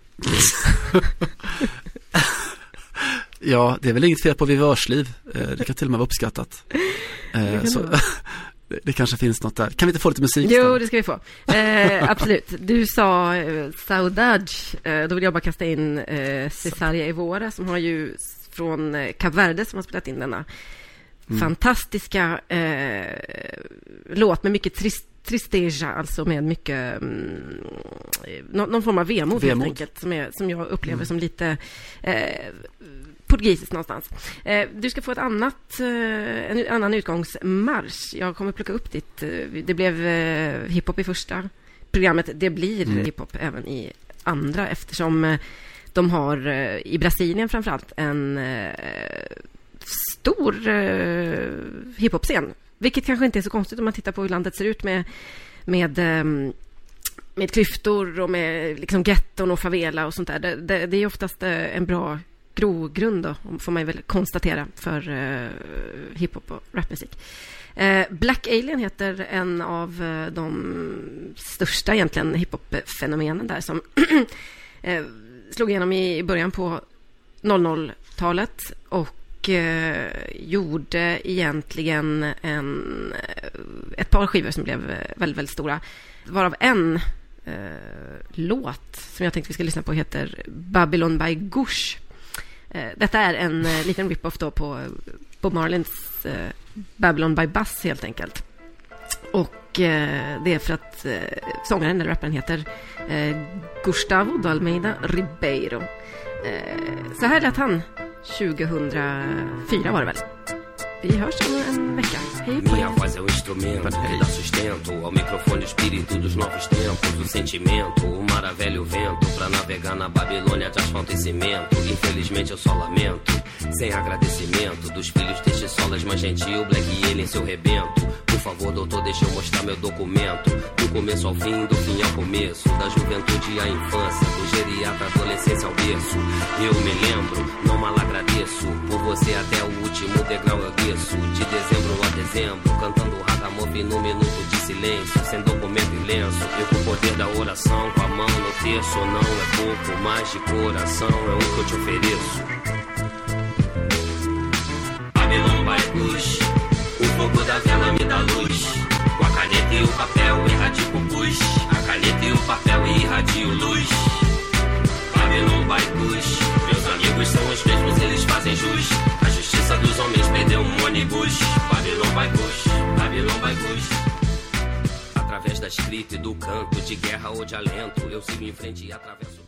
Ja, det är väl inget fel på vivörsliv. Eh, det kan till och med vara uppskattat. Eh, så, det, det kanske finns något där. Kan vi inte få lite musik? Jo, istället? Det ska vi få. Eh, absolut. Du sa eh, Saudade. Eh, då vill jag bara kasta in eh, Cesaria Evora, som har ju från eh, Kap Verde, som har spelat in denna mm. fantastiska eh, låt med mycket trist, tristeja, alltså med mycket mm, någon, någon form av vemod, vemod. Helt enkelt, som, är, som jag upplever mm. som lite eh, portugisiskt någonstans. Eh, du ska få ett annat, eh, en annan utgångsmarsch. Jag kommer plocka upp ditt, eh, det blev eh, hiphop i första programmet, det blir mm. hiphop även i andra, eftersom eh, de har eh, i Brasilien framförallt en eh, stor eh, hiphop-scen. Vilket kanske inte är så konstigt om man tittar på hur landet ser ut med, med, med klyftor och med liksom getton och favela och sånt där. Det, det, det är oftast en bra grogrund då, får man väl konstatera, för uh, hiphop och rapmusik. Uh, Black Alien heter en av uh, de största egentligen hiphop-fenomenen där, som uh, slog igenom i början på noll noll-talet och och eh, gjorde egentligen en, ett par skivor som blev väldigt, väldigt stora. Varav en eh, låt som jag tänkte vi ska lyssna på heter Babylon by Gush. Eh, detta är en eh, liten rip-off då på Bob Marlins eh, Babylon by Bass helt enkelt. Och eh, det är för att eh, sångaren eller rapparen heter eh, Gustavo de Almeida Ribeiro. Eh, så här lät han tjugohundrafyra var det väl. Vi hörs om en vecka. Hej på Minha voz é o instrumento que dá sustento ao microfone, o espírito dos novos tempos, o sentimento, o mar, velho vento, pra navegar na Babilônia de asfalto e cimento. Infelizmente eu só lamento, sem agradecimento, dos filhos deste solas mais gentil, Black Alien, seu rebento. Por favor, doutor, deixa eu mostrar meu documento, do começo ao fim, do fim ao começo, da juventude à infância, do geriatra à adolescência ao berço. Eu me lembro, não mal agradeço, por você até o último degrau eu desço, de dezembro a dezembro, cantando o ragamuffin no minuto de silêncio, sem documento e lenço, eu com o poder da oração, com a mão no terço, não é pouco, mais de coração é o que eu te ofereço. Babylon by Gush, o fogo da vela me dá luz, com a caneta e o papel irradio o pus, a caneta e o papel irradio luz. Babylon by Gush, meus amigos são os mesmos, eles fazem jus, a justiça dos homens perdeu um ônibus. Babylon by Gush, Babylon by Gush. Através da escrita e do canto, de guerra ou de alento, eu sigo em frente e atravesso.